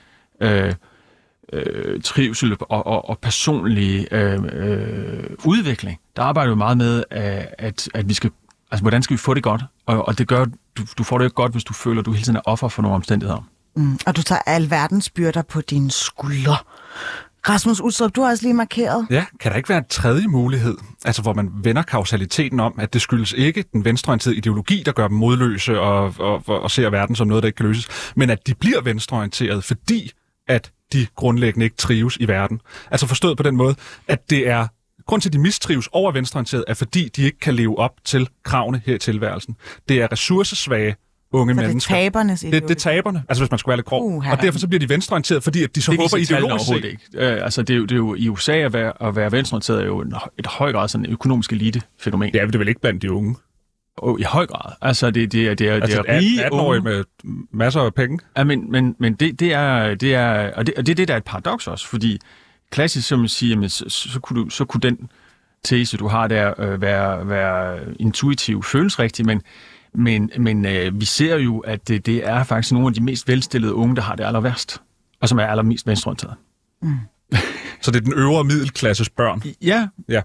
trivsel og personlig udvikling. Der arbejder vi meget med, at vi skal, altså hvordan skal vi få det godt? Og det gør, du får det jo godt, hvis du føler, at du hele tiden er offer for nogle omstændigheder. Og du tager alverdens byrder på dine skuldre. Rasmus Uldstrup, du har også lige markeret. Ja, kan der ikke være en tredje mulighed, altså hvor man vender kausaliteten om, at det skyldes ikke den venstreorienterede ideologi, der gør dem modløse og ser verden som noget, der ikke kan løses, men at de bliver venstreorienterede, fordi at de grundlæggende ikke trives i verden. Altså forstået på den måde, at det er grund til, at de mistrives over venstreorienteret, er fordi de ikke kan leve op til kravene her i tilværelsen. Det er ressourcesvage unge mennesker. Det er tabernes ideologi. Det er taberne, altså hvis man skulle være lidt grov. Og derfor så bliver de venstreorienteret, fordi at de så håber ideologisk set. Ikke. Altså det er jo i USA at være venstreorienteret er jo et høj grad sådan en økonomisk elite-fænomen. Det er vel ikke blandt de unge? I høj grad. Altså det er altså, rige 18-årige med masser af penge. Ja, men det er det der er et paradoks også, fordi klassisk som man siger, jamen, så kunne den tese du har der være intuitiv, føles rigtig, men vi ser jo, at det er faktisk nogle af de mest velstillede unge, der har det aller værst, og som er allermest venstreorienterede. Så det er den øvre middelklasses børn? Ja.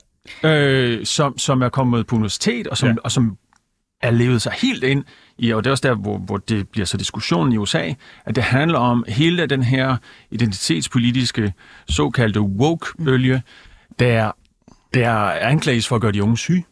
Som er kommet på universitet, og som er levet sig helt ind i, og det er også der, hvor det bliver så diskussionen i USA, at det handler om hele den her identitetspolitiske, såkaldte woke-bølge, der anklages for at gøre de unge syge.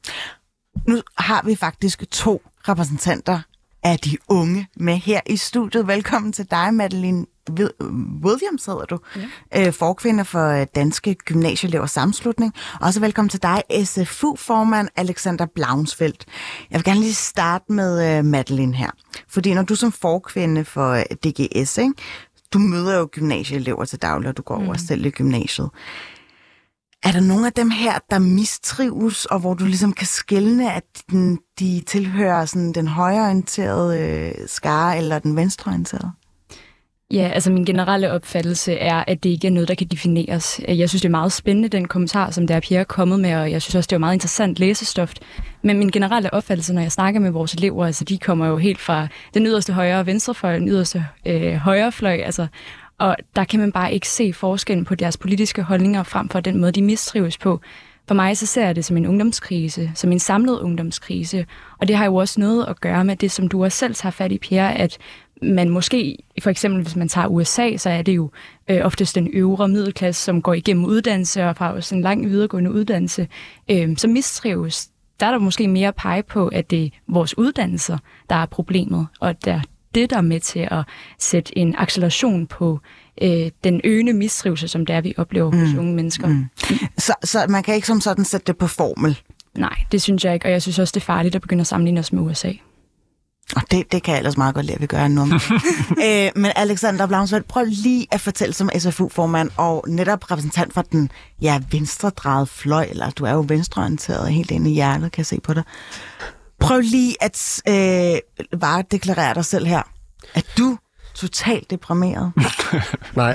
Nu har vi faktisk 2 repræsentanter af de unge med her i studiet. Velkommen til dig, Madeline Williams, hedder du. Ja. Forkvinde for Danske Gymnasieelevers Sammenslutning. Også velkommen til dig, SFU-formand Alexander Blaunsfeldt. Jeg vil gerne lige starte med Madeline her. Fordi når du som forkvinde for DGS, ikke? Du møder jo gymnasieelever til daglig, og du går over selv i gymnasiet. Er der nogle af dem her, der mistrives, og hvor du ligesom kan skelne, at de tilhører sådan den højreorienterede skare eller den venstreorienterede? Ja, altså min generelle opfattelse er, at det ikke er noget, der kan defineres. Jeg synes, det er meget spændende, den kommentar, som der Pierre er kommet med, og jeg synes også, det er meget interessant læsestof. Men min generelle opfattelse, når jeg snakker med vores elever, altså de kommer jo helt fra den yderste højre og venstrefløj, den yderste højrefløj, altså. Og der kan man bare ikke se forskellen på deres politiske holdninger frem for den måde, de mistrives på. For mig så ser jeg det som en ungdomskrise, som en samlet ungdomskrise. Og det har jo også noget at gøre med det, som du også selv tager fat i, Pierre, at man måske, for eksempel hvis man tager USA, så er det jo oftest den øvre middelklasse, som går igennem uddannelse og har også en lang videregående uddannelse, som mistrives. Der er der måske mere at pege på, at det er vores uddannelser, der er problemet, og det, der er med til at sætte en acceleration på den øgende mistrivsel, som det er, vi oplever hos unge mennesker. Så man kan ikke som sådan sætte det på formel? Nej, det synes jeg ikke, og jeg synes også, det er farligt at begynde at sammenligne os med USA. Og det kan jeg ellers meget godt lide, at vi gør nu. Men Alexander Blaunsfeldt, prøv lige at fortælle som SFU-formand og netop repræsentant for den venstredrejede fløj, eller du er jo venstreorienteret helt inde i hjertet, kan jeg se på dig. Prøv lige at varedeklarere dig selv her. Er du totalt deprimeret? Nej,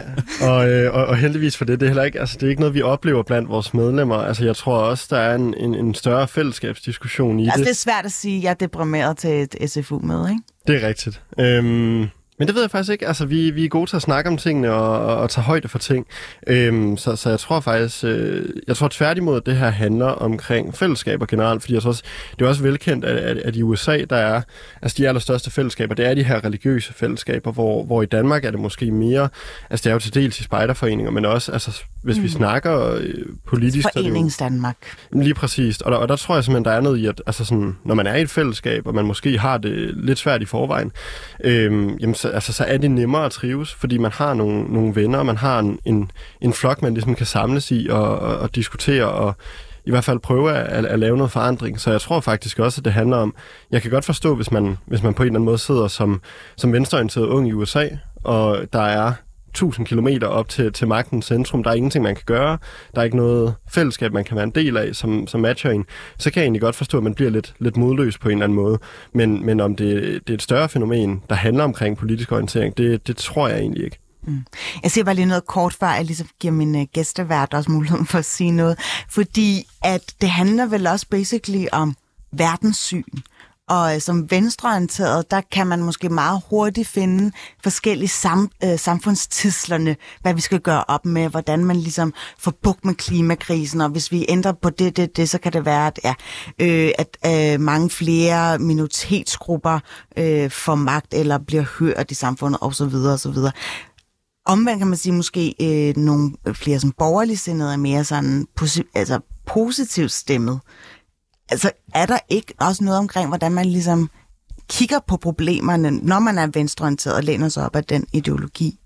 og heldigvis for det. Det er heller ikke, altså det er ikke noget, vi oplever blandt vores medlemmer. Altså jeg tror også, der er en større fællesskabsdiskussion i det. Altså det er svært at sige, at jeg er deprimeret til et SFU-møde, ikke? Det er rigtigt. Men det ved jeg faktisk ikke. Altså, vi er gode til at snakke om tingene og tage højde for ting. Så jeg tror faktisk, tværtimod, at det her handler omkring fællesskaber generelt, fordi det er også velkendt, at i USA, der er altså de allerstørste fællesskaber, det er de her religiøse fællesskaber, hvor i Danmark er det måske mere, altså det er jo til dels i spejderforeninger, men også, altså hvis vi snakker politisk... Forenings-Danmark. Lige præcis. Og der tror jeg simpelthen, der er noget i, at altså sådan, når man er i et fællesskab, og man måske har det lidt svært i forvejen, jamen så er det nemmere at trives, fordi man har nogle venner, man har en flok, man ligesom kan samles i og diskutere, og i hvert fald prøve at lave noget forandring. Så jeg tror faktisk også, at det handler om, jeg kan godt forstå, hvis man på en eller anden måde sidder som venstreorienteret ung i USA, og der er 1000 kilometer op til magtens centrum. Der er ingenting, man kan gøre. Der er ikke noget fællesskab, man kan være en del af, som matcher en. Så kan jeg egentlig godt forstå, at man bliver lidt modløs på en eller anden måde. Men om det er et større fænomen, der handler omkring politisk orientering, det tror jeg egentlig ikke. Jeg siger bare lige noget kort, før jeg ligesom giver min gæstevært også muligheden for at sige noget. Fordi at det handler vel også basically om verdenssyn. Og som venstreorienteret, der kan man måske meget hurtigt finde forskellige samfundstidslerne, hvad vi skal gøre op med, hvordan man ligesom får bugt med klimakrisen, og hvis vi ændrer på det, så kan det være, at mange flere minoritetsgrupper får magt eller bliver hørt i samfundet osv. osv. Omvendt kan man sige, måske nogle flere sådan borgerligsindede er mere sådan positivt stemmet. Altså, er der ikke også noget omkring, hvordan man ligesom kigger på problemerne, når man er venstreorienteret og læner sig op af den ideologi?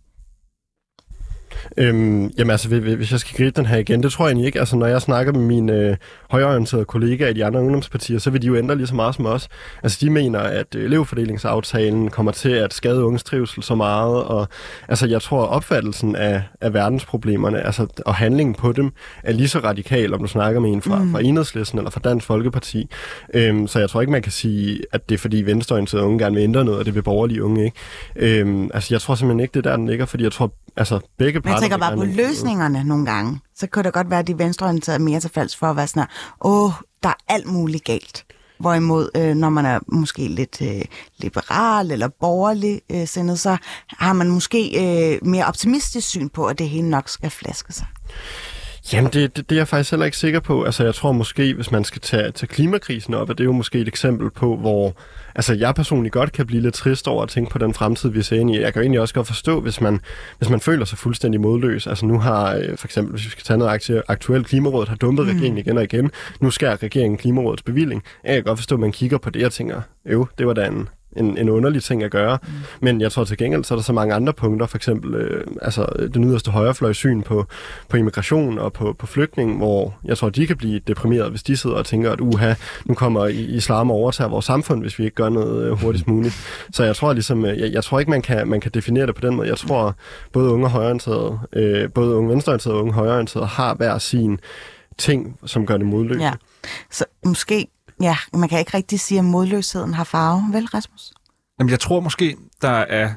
Jamen altså, hvis jeg skal gribe den her igen, det tror jeg egentlig ikke. Altså, når jeg snakker med mine højreorienterede kollegaer i de andre ungdomspartier, så vil de jo ændre lige så meget som os. Altså, de mener, at elevfordelingsaftalen kommer til at skade unges trivsel så meget, og altså, jeg tror, opfattelsen af verdensproblemerne, altså, og handlingen på dem, er lige så radikal, om du snakker med en fra Enhedslisten eller fra Dansk Folkeparti. Så jeg tror ikke, man kan sige, at det er fordi venstreorienterede unge gerne vil ændre noget, og det vil borgerlige unge ikke. Altså, jeg tror simpelthen ikke, det er der, den ligger, fordi jeg tror, altså, begge parter... Man tænker bare på løsningerne nogle gange. Så kunne det godt være, at de venstreorienterede er mere tilfælles for at være sådan her, der er alt muligt galt. Hvorimod, når man er måske lidt liberal eller borgerlig sindet, så har man måske mere optimistisk syn på, at det hele nok skal flaske sig. Jamen, det er jeg faktisk heller ikke sikker på. Altså, jeg tror måske, hvis man skal tage klimakrisen op, at det er jo måske et eksempel på, hvor altså, jeg personligt godt kan blive lidt trist over at tænke på den fremtid, vi ser ind i. Jeg kan jo egentlig også godt forstå, hvis man føler sig fuldstændig modløs. Altså, nu har for eksempel, hvis vi skal tage noget aktuelt, Klimarådet har dumpet regeringen igen og igen. Nu skærer regeringen Klimarådets bevilling. Jeg kan godt forstå, at man kigger på det og tænker, det var da en underlig ting at gøre. Men jeg tror til gengæld, så er der så mange andre punkter, for eksempel den yderste højrefløjsyn på immigration og på flygtning, hvor jeg tror, de kan blive deprimeret, hvis de sidder og tænker, at nu kommer islam og overtager vores samfund, hvis vi ikke gør noget hurtigst muligt. Så jeg tror ligesom, jeg tror ikke, man kan definere det på den måde. Jeg tror, både unge venstreorienterede og unge højreorienterede har hver sin ting, som gør det modløst. Ja, så måske man kan ikke rigtig sige, at modløsheden har farve, vel, Rasmus? Jamen, jeg tror måske, der er,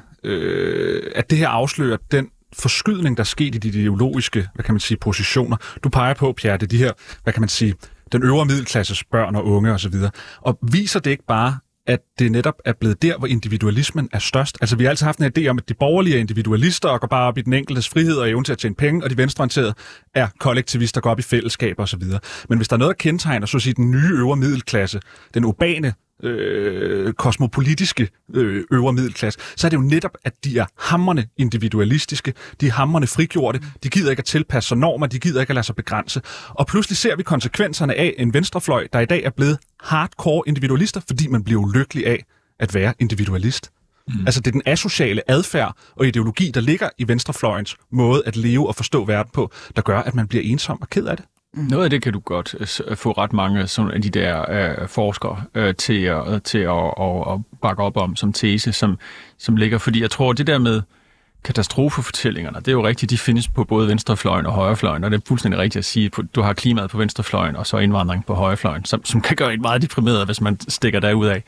at det her afslører den forskydning, der er sket i de ideologiske, positioner. Du peger på, Pierre, det er de her, den øvre middelklasses børn og unge osv. Og viser det ikke bare, at det netop er blevet der, hvor individualismen er størst. Altså, vi har altid haft en idé om, at de borgerlige er individualister og går bare op i den enkeltes frihed og evne til at tjene penge, og de venstreorienterede er kollektivister, går op i fællesskaber osv. Men hvis der er noget, der kendetegner, så at sige, den nye øvre middelklasse, den urbane, kosmopolitiske øvre middelklasse, så er det jo netop, at de er hamrende individualistiske, de er hamrende frigjorte, de gider ikke at tilpasse sig normer, de gider ikke at lade sig begrænse. Og pludselig ser vi konsekvenserne af en venstrefløj, der i dag er blevet hardcore individualister, fordi man bliver ulykkelig af at være individualist. Altså, det er den asociale adfærd og ideologi, der ligger i venstrefløjens måde at leve og forstå verden på, der gør, at man bliver ensom og ked af det. Noget af det kan du godt få ret mange sådan af de der forskere til at bakke op om som tese, som ligger. Fordi jeg tror, det der med katastrofefortællingerne, det er jo rigtigt, de findes på både venstrefløjen og højrefløjen, og det er fuldstændig rigtigt at sige, at du har klimaet på venstrefløjen og så indvandring på højrefløjen, som kan gøre en meget deprimeret, hvis man stikker derud af.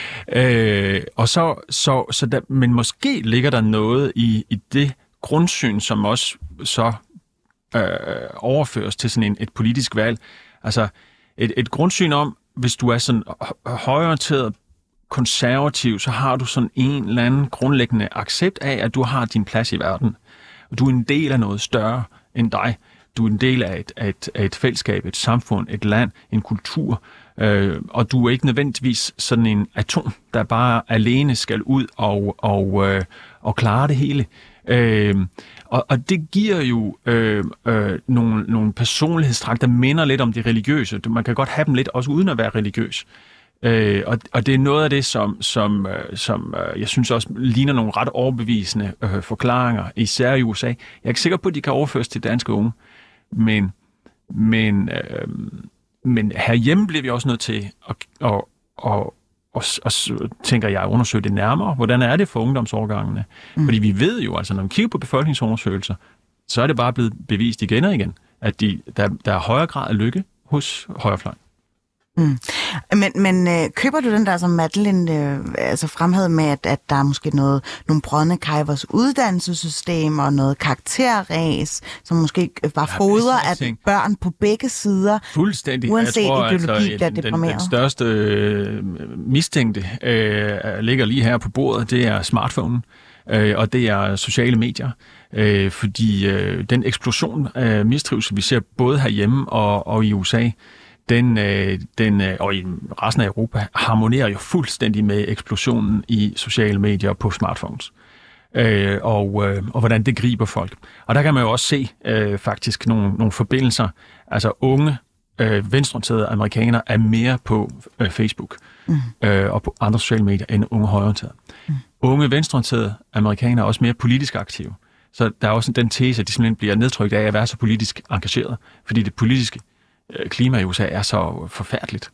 Men måske ligger der noget i det grundsyn, som også så overføres til sådan et politisk valg. Altså et grundsyn om, hvis du er sådan højreorienteret konservativ, så har du sådan en eller anden grundlæggende accept af, at du har din plads i verden. Du er en del af noget større end dig. Du er en del af et fællesskab, et samfund, et land, en kultur, og du er ikke nødvendigvis sådan en atom, der bare alene skal ud og klare det hele. Og det giver jo nogle personlighedstræk, der minder lidt om det religiøse. Man kan godt have dem lidt, også uden at være religiøs. Og det er noget af det, som jeg synes også ligner nogle ret overbevisende forklaringer, især i USA. Jeg er ikke sikker på, at de kan overføres til danske unge, men Men herhjemme bliver vi også nødt til at tænker jeg, undersøge det nærmere. Hvordan er det for ungdomsårgangene? Fordi vi ved jo, altså når vi kigger på befolkningsundersøgelser, så er det bare blevet bevist igen og igen, at der er højere grad af lykke hos højrefløjen. Men køber du den der, som Madeline fremhævede med, at der er måske nogle brodne kar i vores uddannelsessystem og noget karakterræs, som måske bare fodrer at børn på begge sider, fuldstændig. Uanset jeg tror, ideologi, der deprimerer. Den største mistænkte ligger lige her på bordet, det er smartphone, og det er sociale medier. Fordi den eksplosion af mistrivsel, vi ser både herhjemme og i USA, den og i resten af Europa harmonerer jo fuldstændig med eksplosionen i sociale medier på smartphones. Og hvordan det griber folk. Og der kan man jo også se faktisk nogle forbindelser. Altså unge venstreorienterede amerikanere er mere på Facebook og på andre sociale medier end unge højreorienterede. Unge venstreorienterede amerikanere er også mere politisk aktive. Så der er også den tese, at de simpelthen bliver nedtrykt af at være så politisk engageret, fordi det politiske klima i USA er så forfærdeligt.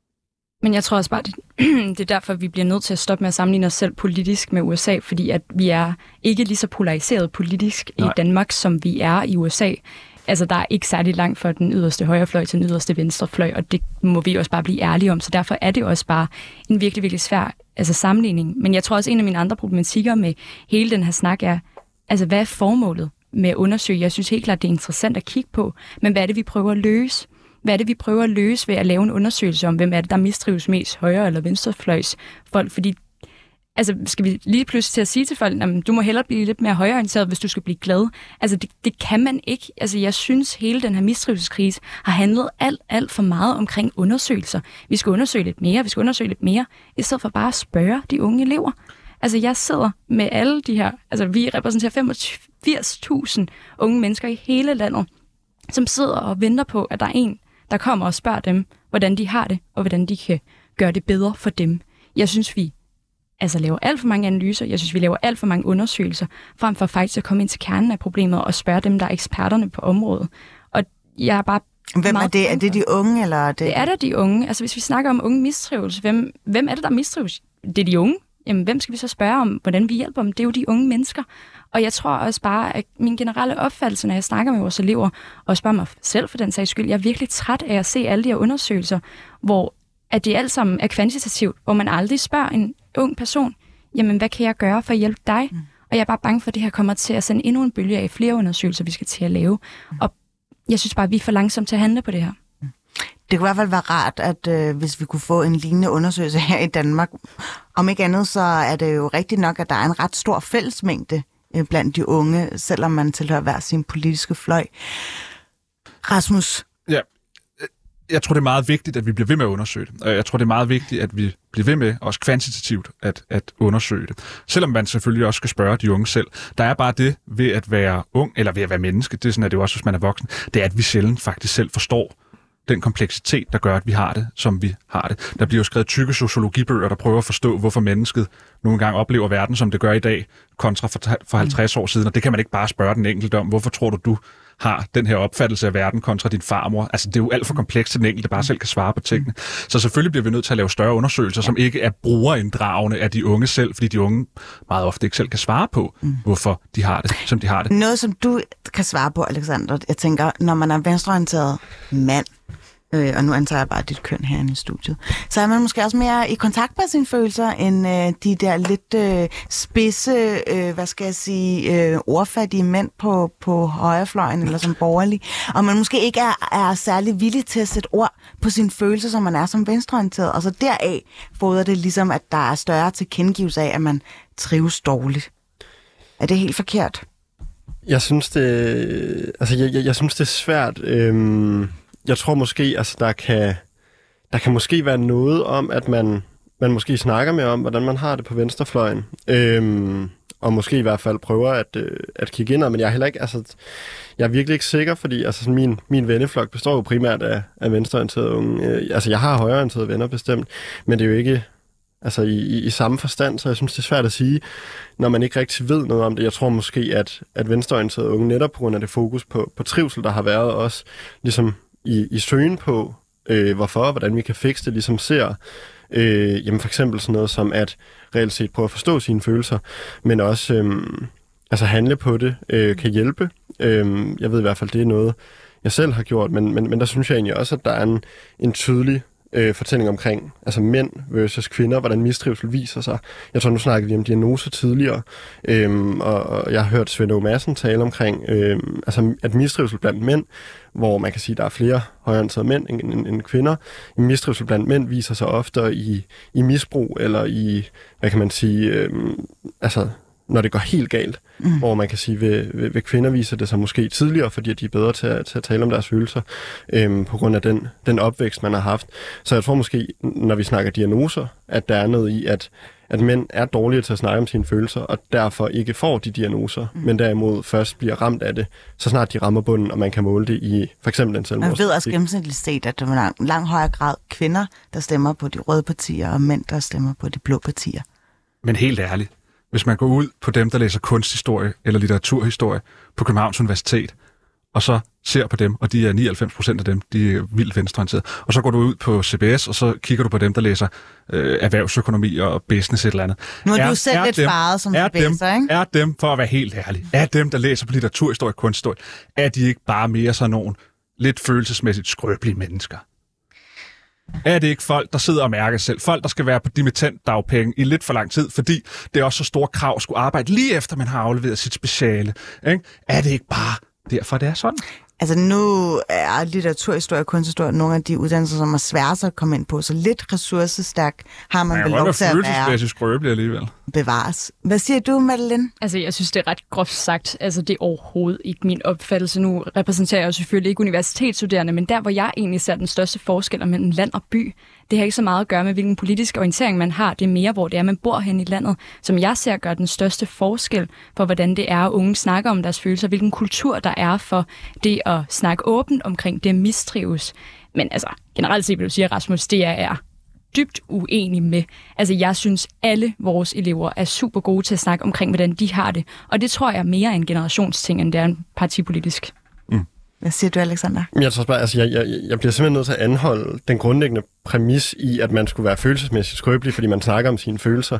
Men jeg tror også bare, det er derfor, vi bliver nødt til at stoppe med at sammenligne os selv politisk med USA, fordi at vi er ikke lige så polariseret politisk i Danmark, som vi er i USA. Altså, der er ikke særlig langt fra den yderste højrefløj til den yderste venstrefløj, og det må vi også bare blive ærlige om. Så derfor er det også bare en virkelig, virkelig svær sammenligning. Men jeg tror også, en af mine andre problematikker med hele den her snak er, altså, hvad er formålet med at undersøge? Jeg synes helt klart, det er interessant at kigge på, men hvad er det, vi prøver at løse? Hvad er det, vi prøver at løse ved at lave en undersøgelse om, hvem er det, der mistrives mest, højre- eller venstrefløjs folk? Fordi, altså, skal vi lige pludselig til at sige til folk, at du må hellere blive lidt mere højreorienteret, hvis du skal blive glad? Altså, det kan man ikke. Altså, jeg synes, hele den her mistrivselskrise har handlet alt for meget omkring undersøgelser. Vi skal undersøge lidt mere, i stedet for bare at spørge de unge elever. Altså, jeg sidder med alle de her, altså, vi repræsenterer 85.000 unge mennesker i hele landet, som sidder og venter på, at der er en, der kommer og spørger dem, hvordan de har det, og hvordan de kan gøre det bedre for dem. Jeg synes, vi laver alt for mange analyser, jeg synes, vi laver alt for mange undersøgelser, frem for faktisk at komme ind til kernen af problemet og spørge dem, der er eksperterne på området. Og jeg er bare... Hvem er det? Er det de unge, eller er det... Det er da de unge. Altså, hvis vi snakker om unge mistrivelse, hvem er det, der mistrives? Det er de unge. Jamen, hvem skal vi så spørge om, hvordan vi hjælper dem? Det er jo de unge mennesker. Og jeg tror også bare, at min generelle opfattelse, når jeg snakker med vores elever, og spørger mig selv for den sags skyld, jeg er virkelig træt af at se alle de her undersøgelser, hvor at det alt sammen er kvantitativt, hvor man aldrig spørger en ung person, jamen, hvad kan jeg gøre for at hjælpe dig? Og jeg er bare bange for, at det her kommer til at sende endnu en bølge af flere undersøgelser, vi skal til at lave. Og jeg synes bare, at vi er for langsomme til at handle på det her. Det kunne i hvert fald være rart, at hvis vi kunne få en lignende undersøgelse her i Danmark. Om ikke andet, så er det jo rigtigt nok, at der er en ret stor fællesmængde blandt de unge, selvom man tilhører hver sin politiske fløj. Rasmus? Ja, jeg tror, det er meget vigtigt, at vi bliver ved med at undersøge det. Jeg tror, det er meget vigtigt, at vi bliver ved med, også kvantitativt, at undersøge det. Selvom man selvfølgelig også skal spørge de unge selv. Der er bare det ved at være ung, eller ved at være menneske, det er sådan, at det jo også, hvis man er voksen, det er, at vi sjældent faktisk selv forstår den kompleksitet, der gør, at vi har det, som vi har det. Der bliver jo skrevet tykke sociologibøger, der prøver at forstå, hvorfor mennesket nogle gange oplever verden, som det gør i dag, kontra for 50 år siden. Og det kan man ikke bare spørge den enkelte om. Hvorfor tror du har den her opfattelse af verden kontra din farmor? Altså, det er jo alt for komplekst, til den enkelte bare selv kan svare på tingene. Så selvfølgelig bliver vi nødt til at lave større undersøgelser, som ikke er brugerinddragende af de unge selv, fordi de unge meget ofte ikke selv kan svare på, hvorfor de har det, som de har det. Noget, som du kan svare på, Alexander, jeg tænker, når man er venstreorienteret mand, og nu antager jeg bare dit køn herinde i studiet, så er man måske også mere i kontakt med sine følelser, end de der lidt spidse, ordfattige mænd på højrefløjen, eller som borgerlig. Og man måske ikke er særlig villig til at sætte ord på sine følelser, som man er som venstreorienteret. Og så deraf fodrer det ligesom, at der er større tilkendegivelse af, at man trives dårligt. Er det helt forkert? Jeg synes, jeg synes, det er svært. Jeg tror måske, der kan måske være noget om, at man måske snakker mere om, hvordan man har det på venstrefløjen. Og måske i hvert fald prøver at kigge ind, men jeg er heller ikke, jeg er virkelig ikke sikker, fordi min venneflok består jo primært af venstreorienterede unge. Jeg har højreorienterede venner bestemt, men det er jo ikke i samme forstand, så jeg synes, det er svært at sige, når man ikke rigtig ved noget om det. Jeg tror måske, at venstreorienterede unge, netop på grund af det fokus på trivsel, der har været også ligesom i søgen på hvorfor, hvordan vi kan fikse det, ligesom ser jamen for eksempel sådan noget som at reelt set prøve at forstå sine følelser, men også altså handle på det, kan hjælpe. Jeg ved i hvert fald, det er noget, jeg selv har gjort, men der synes jeg egentlig også, at der er en tydelig fortælling omkring altså mænd versus kvinder, hvordan mistrivsel viser sig. Jeg tror, nu snakkede vi om diagnoser tidligere, og jeg har hørt Svend Aage Madsen tale omkring, altså at mistrivsel blandt mænd, hvor man kan sige, at der er flere højreorienterede mænd end kvinder. Mistrivsel blandt mænd viser sig ofte i misbrug, eller i, hvad kan man sige, altså når det går helt galt, hvor man kan sige, ved kvinder viser det sig måske tidligere, fordi de er bedre til at tale om deres følelser, på grund af den opvækst, man har haft. Så jeg tror måske, når vi snakker diagnoser, at der er noget i, at mænd er dårligere til at snakke om sine følelser, og derfor ikke får de diagnoser, men derimod først bliver ramt af det, så snart de rammer bunden, og man kan måle det i for eksempel en selvmordsstatistik. Man ved også gennemsnitligt set, at der er langt højere grad kvinder, der stemmer på de røde partier, og mænd, der stemmer på de blå partier. Men helt ærligt, hvis man går ud på dem, der læser kunsthistorie eller litteraturhistorie på Københavns Universitet, og så ser på dem, og de er 99% af dem, de er vildt venstreorienterede, og så går du ud på CBS, og så kigger du på dem, der læser erhvervsøkonomi og business et eller andet. Nu er du selv lidt faret som CBS'er, ikke? Er dem, for at være helt ærlig, er dem, der læser på litteraturhistorie og kunsthistorie, er de ikke bare mere sådan nogle lidt følelsesmæssigt skrøbelige mennesker? Er det ikke folk, der sidder og mærker selv? Folk, der skal være på dimittentdagpenge i lidt for lang tid, fordi det er også så store krav at skulle arbejde lige efter, man har afleveret sit speciale. Ikke? Er det ikke bare derfor, det er sådan? Altså nu er litteraturhistorie og kunsthistorie nogle af de uddannelser, som er svære at komme ind på, så lidt ressourcestærk har man vel lov til at være. Skrøbelig alligevel. Bevares. Hvad siger du, Madeleine? Altså, jeg synes, det er ret groft sagt. Altså, det er overhovedet ikke min opfattelse. Nu repræsenterer jeg jo selvfølgelig ikke universitetsstuderende, men der, hvor jeg egentlig ser den største forskel mellem land og by, det har ikke så meget at gøre med, hvilken politisk orientering man har. Det er mere, hvor det er, man bor hen i landet, som jeg ser gør den største forskel for, hvordan det er, at unge snakker om deres følelser, hvilken kultur der er for det at snakke åbent omkring det mistrives. Men altså, generelt set vil du sige, Rasmus, det er dybt uenig med. Altså, jeg synes, alle vores elever er super gode til at snakke omkring, hvordan de har det. Og det tror jeg er mere en generationsting, end det er en partipolitisk. Hvad siger du, Alexander? Jeg tror bare, altså, jeg bliver simpelthen nødt til at anholde den grundlæggende præmis i, at man skulle være følelsesmæssigt skrøbelig, fordi man snakker om sine følelser.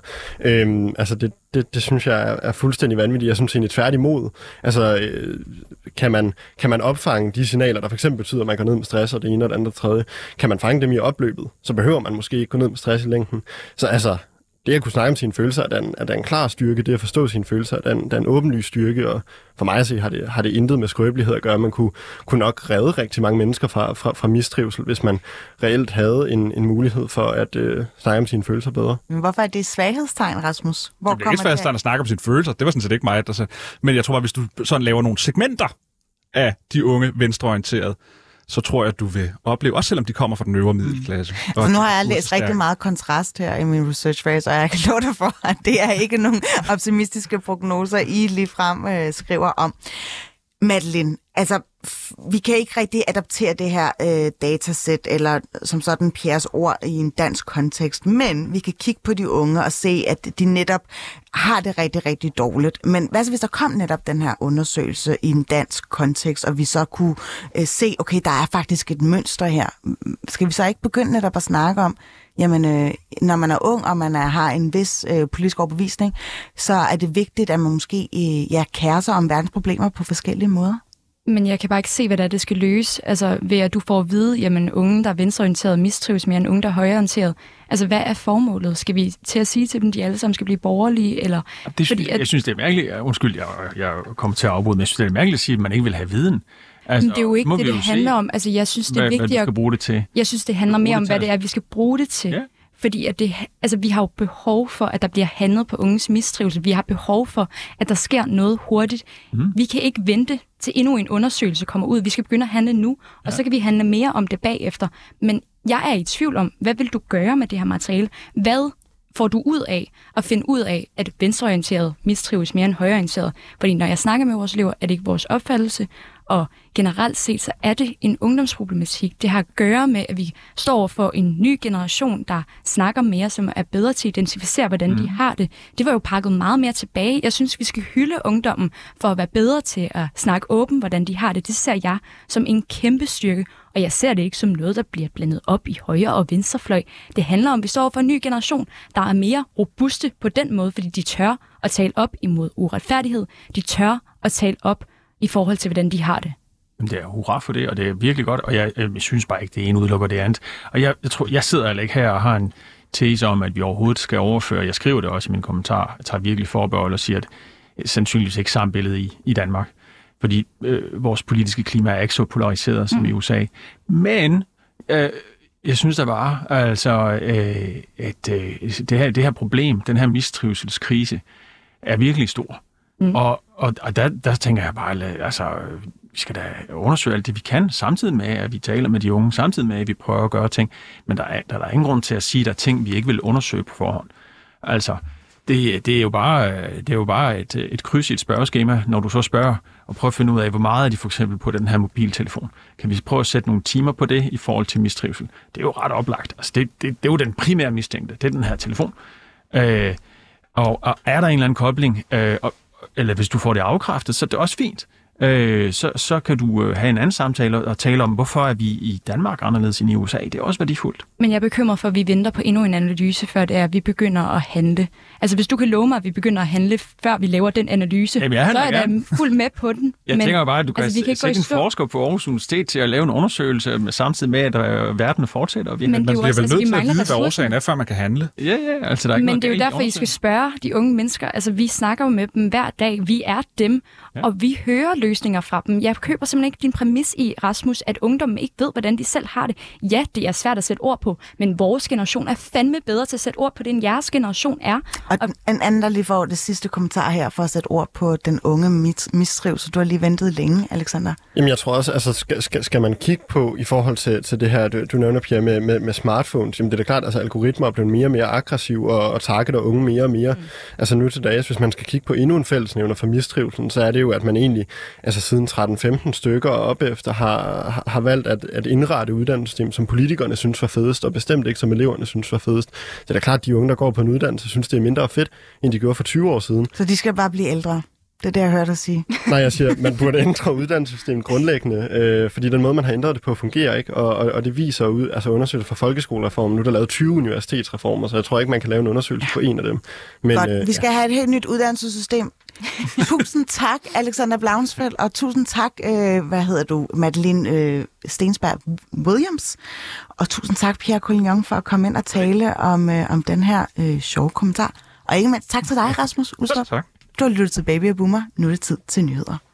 Altså, det synes jeg er fuldstændig vanvittigt. Jeg synes egentlig tværtimod. Altså, kan man opfange de signaler, der for eksempel betyder, at man går ned med stress, og det ene og det andet og det tredje, kan man fange dem i opløbet, så behøver man måske ikke gå ned med stress i længden. Så altså, det at kunne snakke om sine følelser, er der en klar styrke. Det at forstå sine følelser, er en åbenlys styrke, og for mig at se, har det intet med skrøbelighed at gøre. Man kunne nok redde rigtig mange mennesker fra mistrivsel, hvis man reelt havde en mulighed for at snakke om sine følelser bedre. Men hvorfor er det svaghedstegn, Rasmus? Hvor det er ikke svaghedstegn at snakke om sine følelser. Det var sådan set ikke mig, der sagde. Men jeg tror bare, hvis du sådan laver nogle segmenter af de unge venstreorienterede, så tror jeg, at du vil opleve, også selvom de kommer fra den øvre middelklasse. For nu har jeg læst rigtig meget kontrast her i min research phase, og jeg kan love dig for, at det er ikke nogen optimistiske prognoser, I ligefrem skriver om. Madeleine, altså, vi kan ikke rigtig adaptere det her datasæt, eller som sådan Pierres ord i en dansk kontekst, men vi kan kigge på de unge og se, at de netop har det rigtig, rigtig dårligt. Men hvad så, hvis der kom netop den her undersøgelse i en dansk kontekst, og vi så kunne se, okay, der er faktisk et mønster her. Skal vi så ikke begynde netop at snakke om, jamen, når man er ung, og man har en vis politisk overbevisning, så er det vigtigt, at man måske kærer sig om verdens problemer på forskellige måder? Men jeg kan bare ikke se, hvad det skal løse. Altså ved at du får at vide, jamen unge, der er venstreorienteret, mistrives mere end unge, der er højreorienteret. Altså hvad er formålet? Skal vi til at sige til dem, de alle sammen skal blive borgerlige? Eller, jeg synes, det er mærkeligt. Undskyld, jeg kommer til at afbryde, men jeg synes, det er mærkeligt at sige, at man ikke vil have viden. Altså, men det er jo ikke det handler om. Altså jeg synes, det er vigtigt, hvad du skal bruge det til. Jeg synes, det handler mere om, hvad det er, vi skal bruge det til. Ja. Fordi at vi har jo behov for, at der bliver handlet på unges mistrivsel. Vi har behov for, at der sker noget hurtigt. Vi kan ikke vente til endnu en undersøgelse kommer ud. Vi skal begynde at handle nu, og så kan vi handle mere om det bagefter. Men jeg er i tvivl om, hvad vil du gøre med det her materiale? Hvad får du ud af at finde ud af, at venstreorienteret mistrives mere end højreorienteret? Fordi når jeg snakker med vores elever, er det ikke vores opfattelse. Og generelt set, så er det en ungdomsproblematik. Det har at gøre med, at vi står over for en ny generation, der snakker mere, som er bedre til at identificere, hvordan de har det. Det var jo pakket meget mere tilbage. Jeg synes, vi skal hylde ungdommen for at være bedre til at snakke åbent, hvordan de har det. Det ser jeg som en kæmpe styrke, og jeg ser det ikke som noget, der bliver blandet op i højre- og venstrefløj. Det handler om, at vi står over for en ny generation, der er mere robuste på den måde, fordi de tør at tale op imod uretfærdighed. De tør at tale op i forhold til, hvordan de har det. Det er hurra for det, og det er virkelig godt, og jeg synes bare ikke, det ene udelukker det andet. Og jeg tror, jeg sidder altså ikke her og har en tese om, at vi overhovedet skal overføre. Jeg skriver det også i min kommentar. Jeg tager virkelig forbehold og siger, at sandsynligvis ikke samme billede i Danmark. Fordi vores politiske klima er ikke så polariseret som i USA. Men jeg synes da bare, altså, at det her problem, den her mistrivselskrise, er virkelig stor. Og der tænker jeg bare, altså, vi skal da undersøge alt det, vi kan, samtidig med, at vi taler med de unge, samtidig med, at vi prøver at gøre ting. Men der er ingen grund til at sige, at der er ting, vi ikke vil undersøge på forhånd. Altså, det er jo bare et kryds i et spørgeskema, når du så spørger og prøver at finde ud af, hvor meget er de for eksempel på den her mobiltelefon. Kan vi prøve at sætte nogle timer på det i forhold til mistrivsel? Det er jo ret oplagt. Altså, det er jo den primære mistænkte, det er den her telefon. Og er der en eller anden kobling, eller hvis du får det afkræftet, så er det også fint. Så kan du have en anden samtale og tale om, hvorfor er vi i Danmark anderledes end i USA. Det er også værdifuldt. Men jeg er bekymret for, at vi venter på endnu en analyse, før det er, at vi begynder at handle. Altså hvis du kan love mig, at vi begynder at handle, før vi laver den analyse, så er jeg fuldt med på den. Jeg tænker bare, at du kan sætte en forsker på Aarhus Universitet til at lave en undersøgelse samtidig med, at verden fortsætter. Men man bliver vel nødt til at vide, hvad årsagen er, før man kan handle. Ja, altså der er ikke men det er jo derfor, I skal spørge de unge mennesker. Altså vi snakker jo med dem hver dag. Vi er dem, og vi hører løsninger fra dem. Jeg køber simpelthen ikke din præmis i, Rasmus, at ungdommen ikke ved, hvordan de selv har det. Ja, det er svært at sætte ord på, men vores generation er fandme bedre til at sætte ord på det, end jeres generation er. Og en anden, der lige får det sidste kommentar her, for at sætte ord på den unge mistrivsel. Du har lige ventet længe, Alexander. Jamen, jeg tror også, altså, skal man kigge på i forhold til det her, du nævner, Pia, med smartphones, jamen det er da klart, altså algoritmer er blevet mere og mere aggressive og targeter unge mere og mere. Altså nu til dags, hvis man skal kigge på endnu en fællesnævner for mistrivselen, så er det jo, at man egentlig, altså siden 13-15 stykker og op efter, har valgt at indrette uddannelsessystemet, som politikerne synes var fedest, og bestemt ikke som eleverne synes var fedest. Så det er klart, at de unge, der går på en uddannelse, synes, det er mindre fedt, end de gjorde for 20 år siden. Så de skal bare blive ældre? Det er det, jeg hørte dig sige. Nej, jeg siger, man burde ændre uddannelsessystemet grundlæggende, fordi den måde, man har ændret det på, fungerer ikke, og det viser ud, altså undersøgelser fra folkeskolereformen. Nu er der lavet 20 universitetsreformer, så jeg tror ikke, man kan lave en undersøgelse på en af dem. Men, godt, vi skal have et helt nyt uddannelsessystem. Tusind tak, Alexander Blauensfeldt, og tusind tak, Madeleine Stensberg Williams, og tusind tak, Pierre Collignon, for at komme ind og tale om den her sjove kommentar. Og ikke mindst tak til dig, Rasmus Ulstrup. Tak. Du har lyttet til Baby og Boomer. Nu er det tid til nyheder.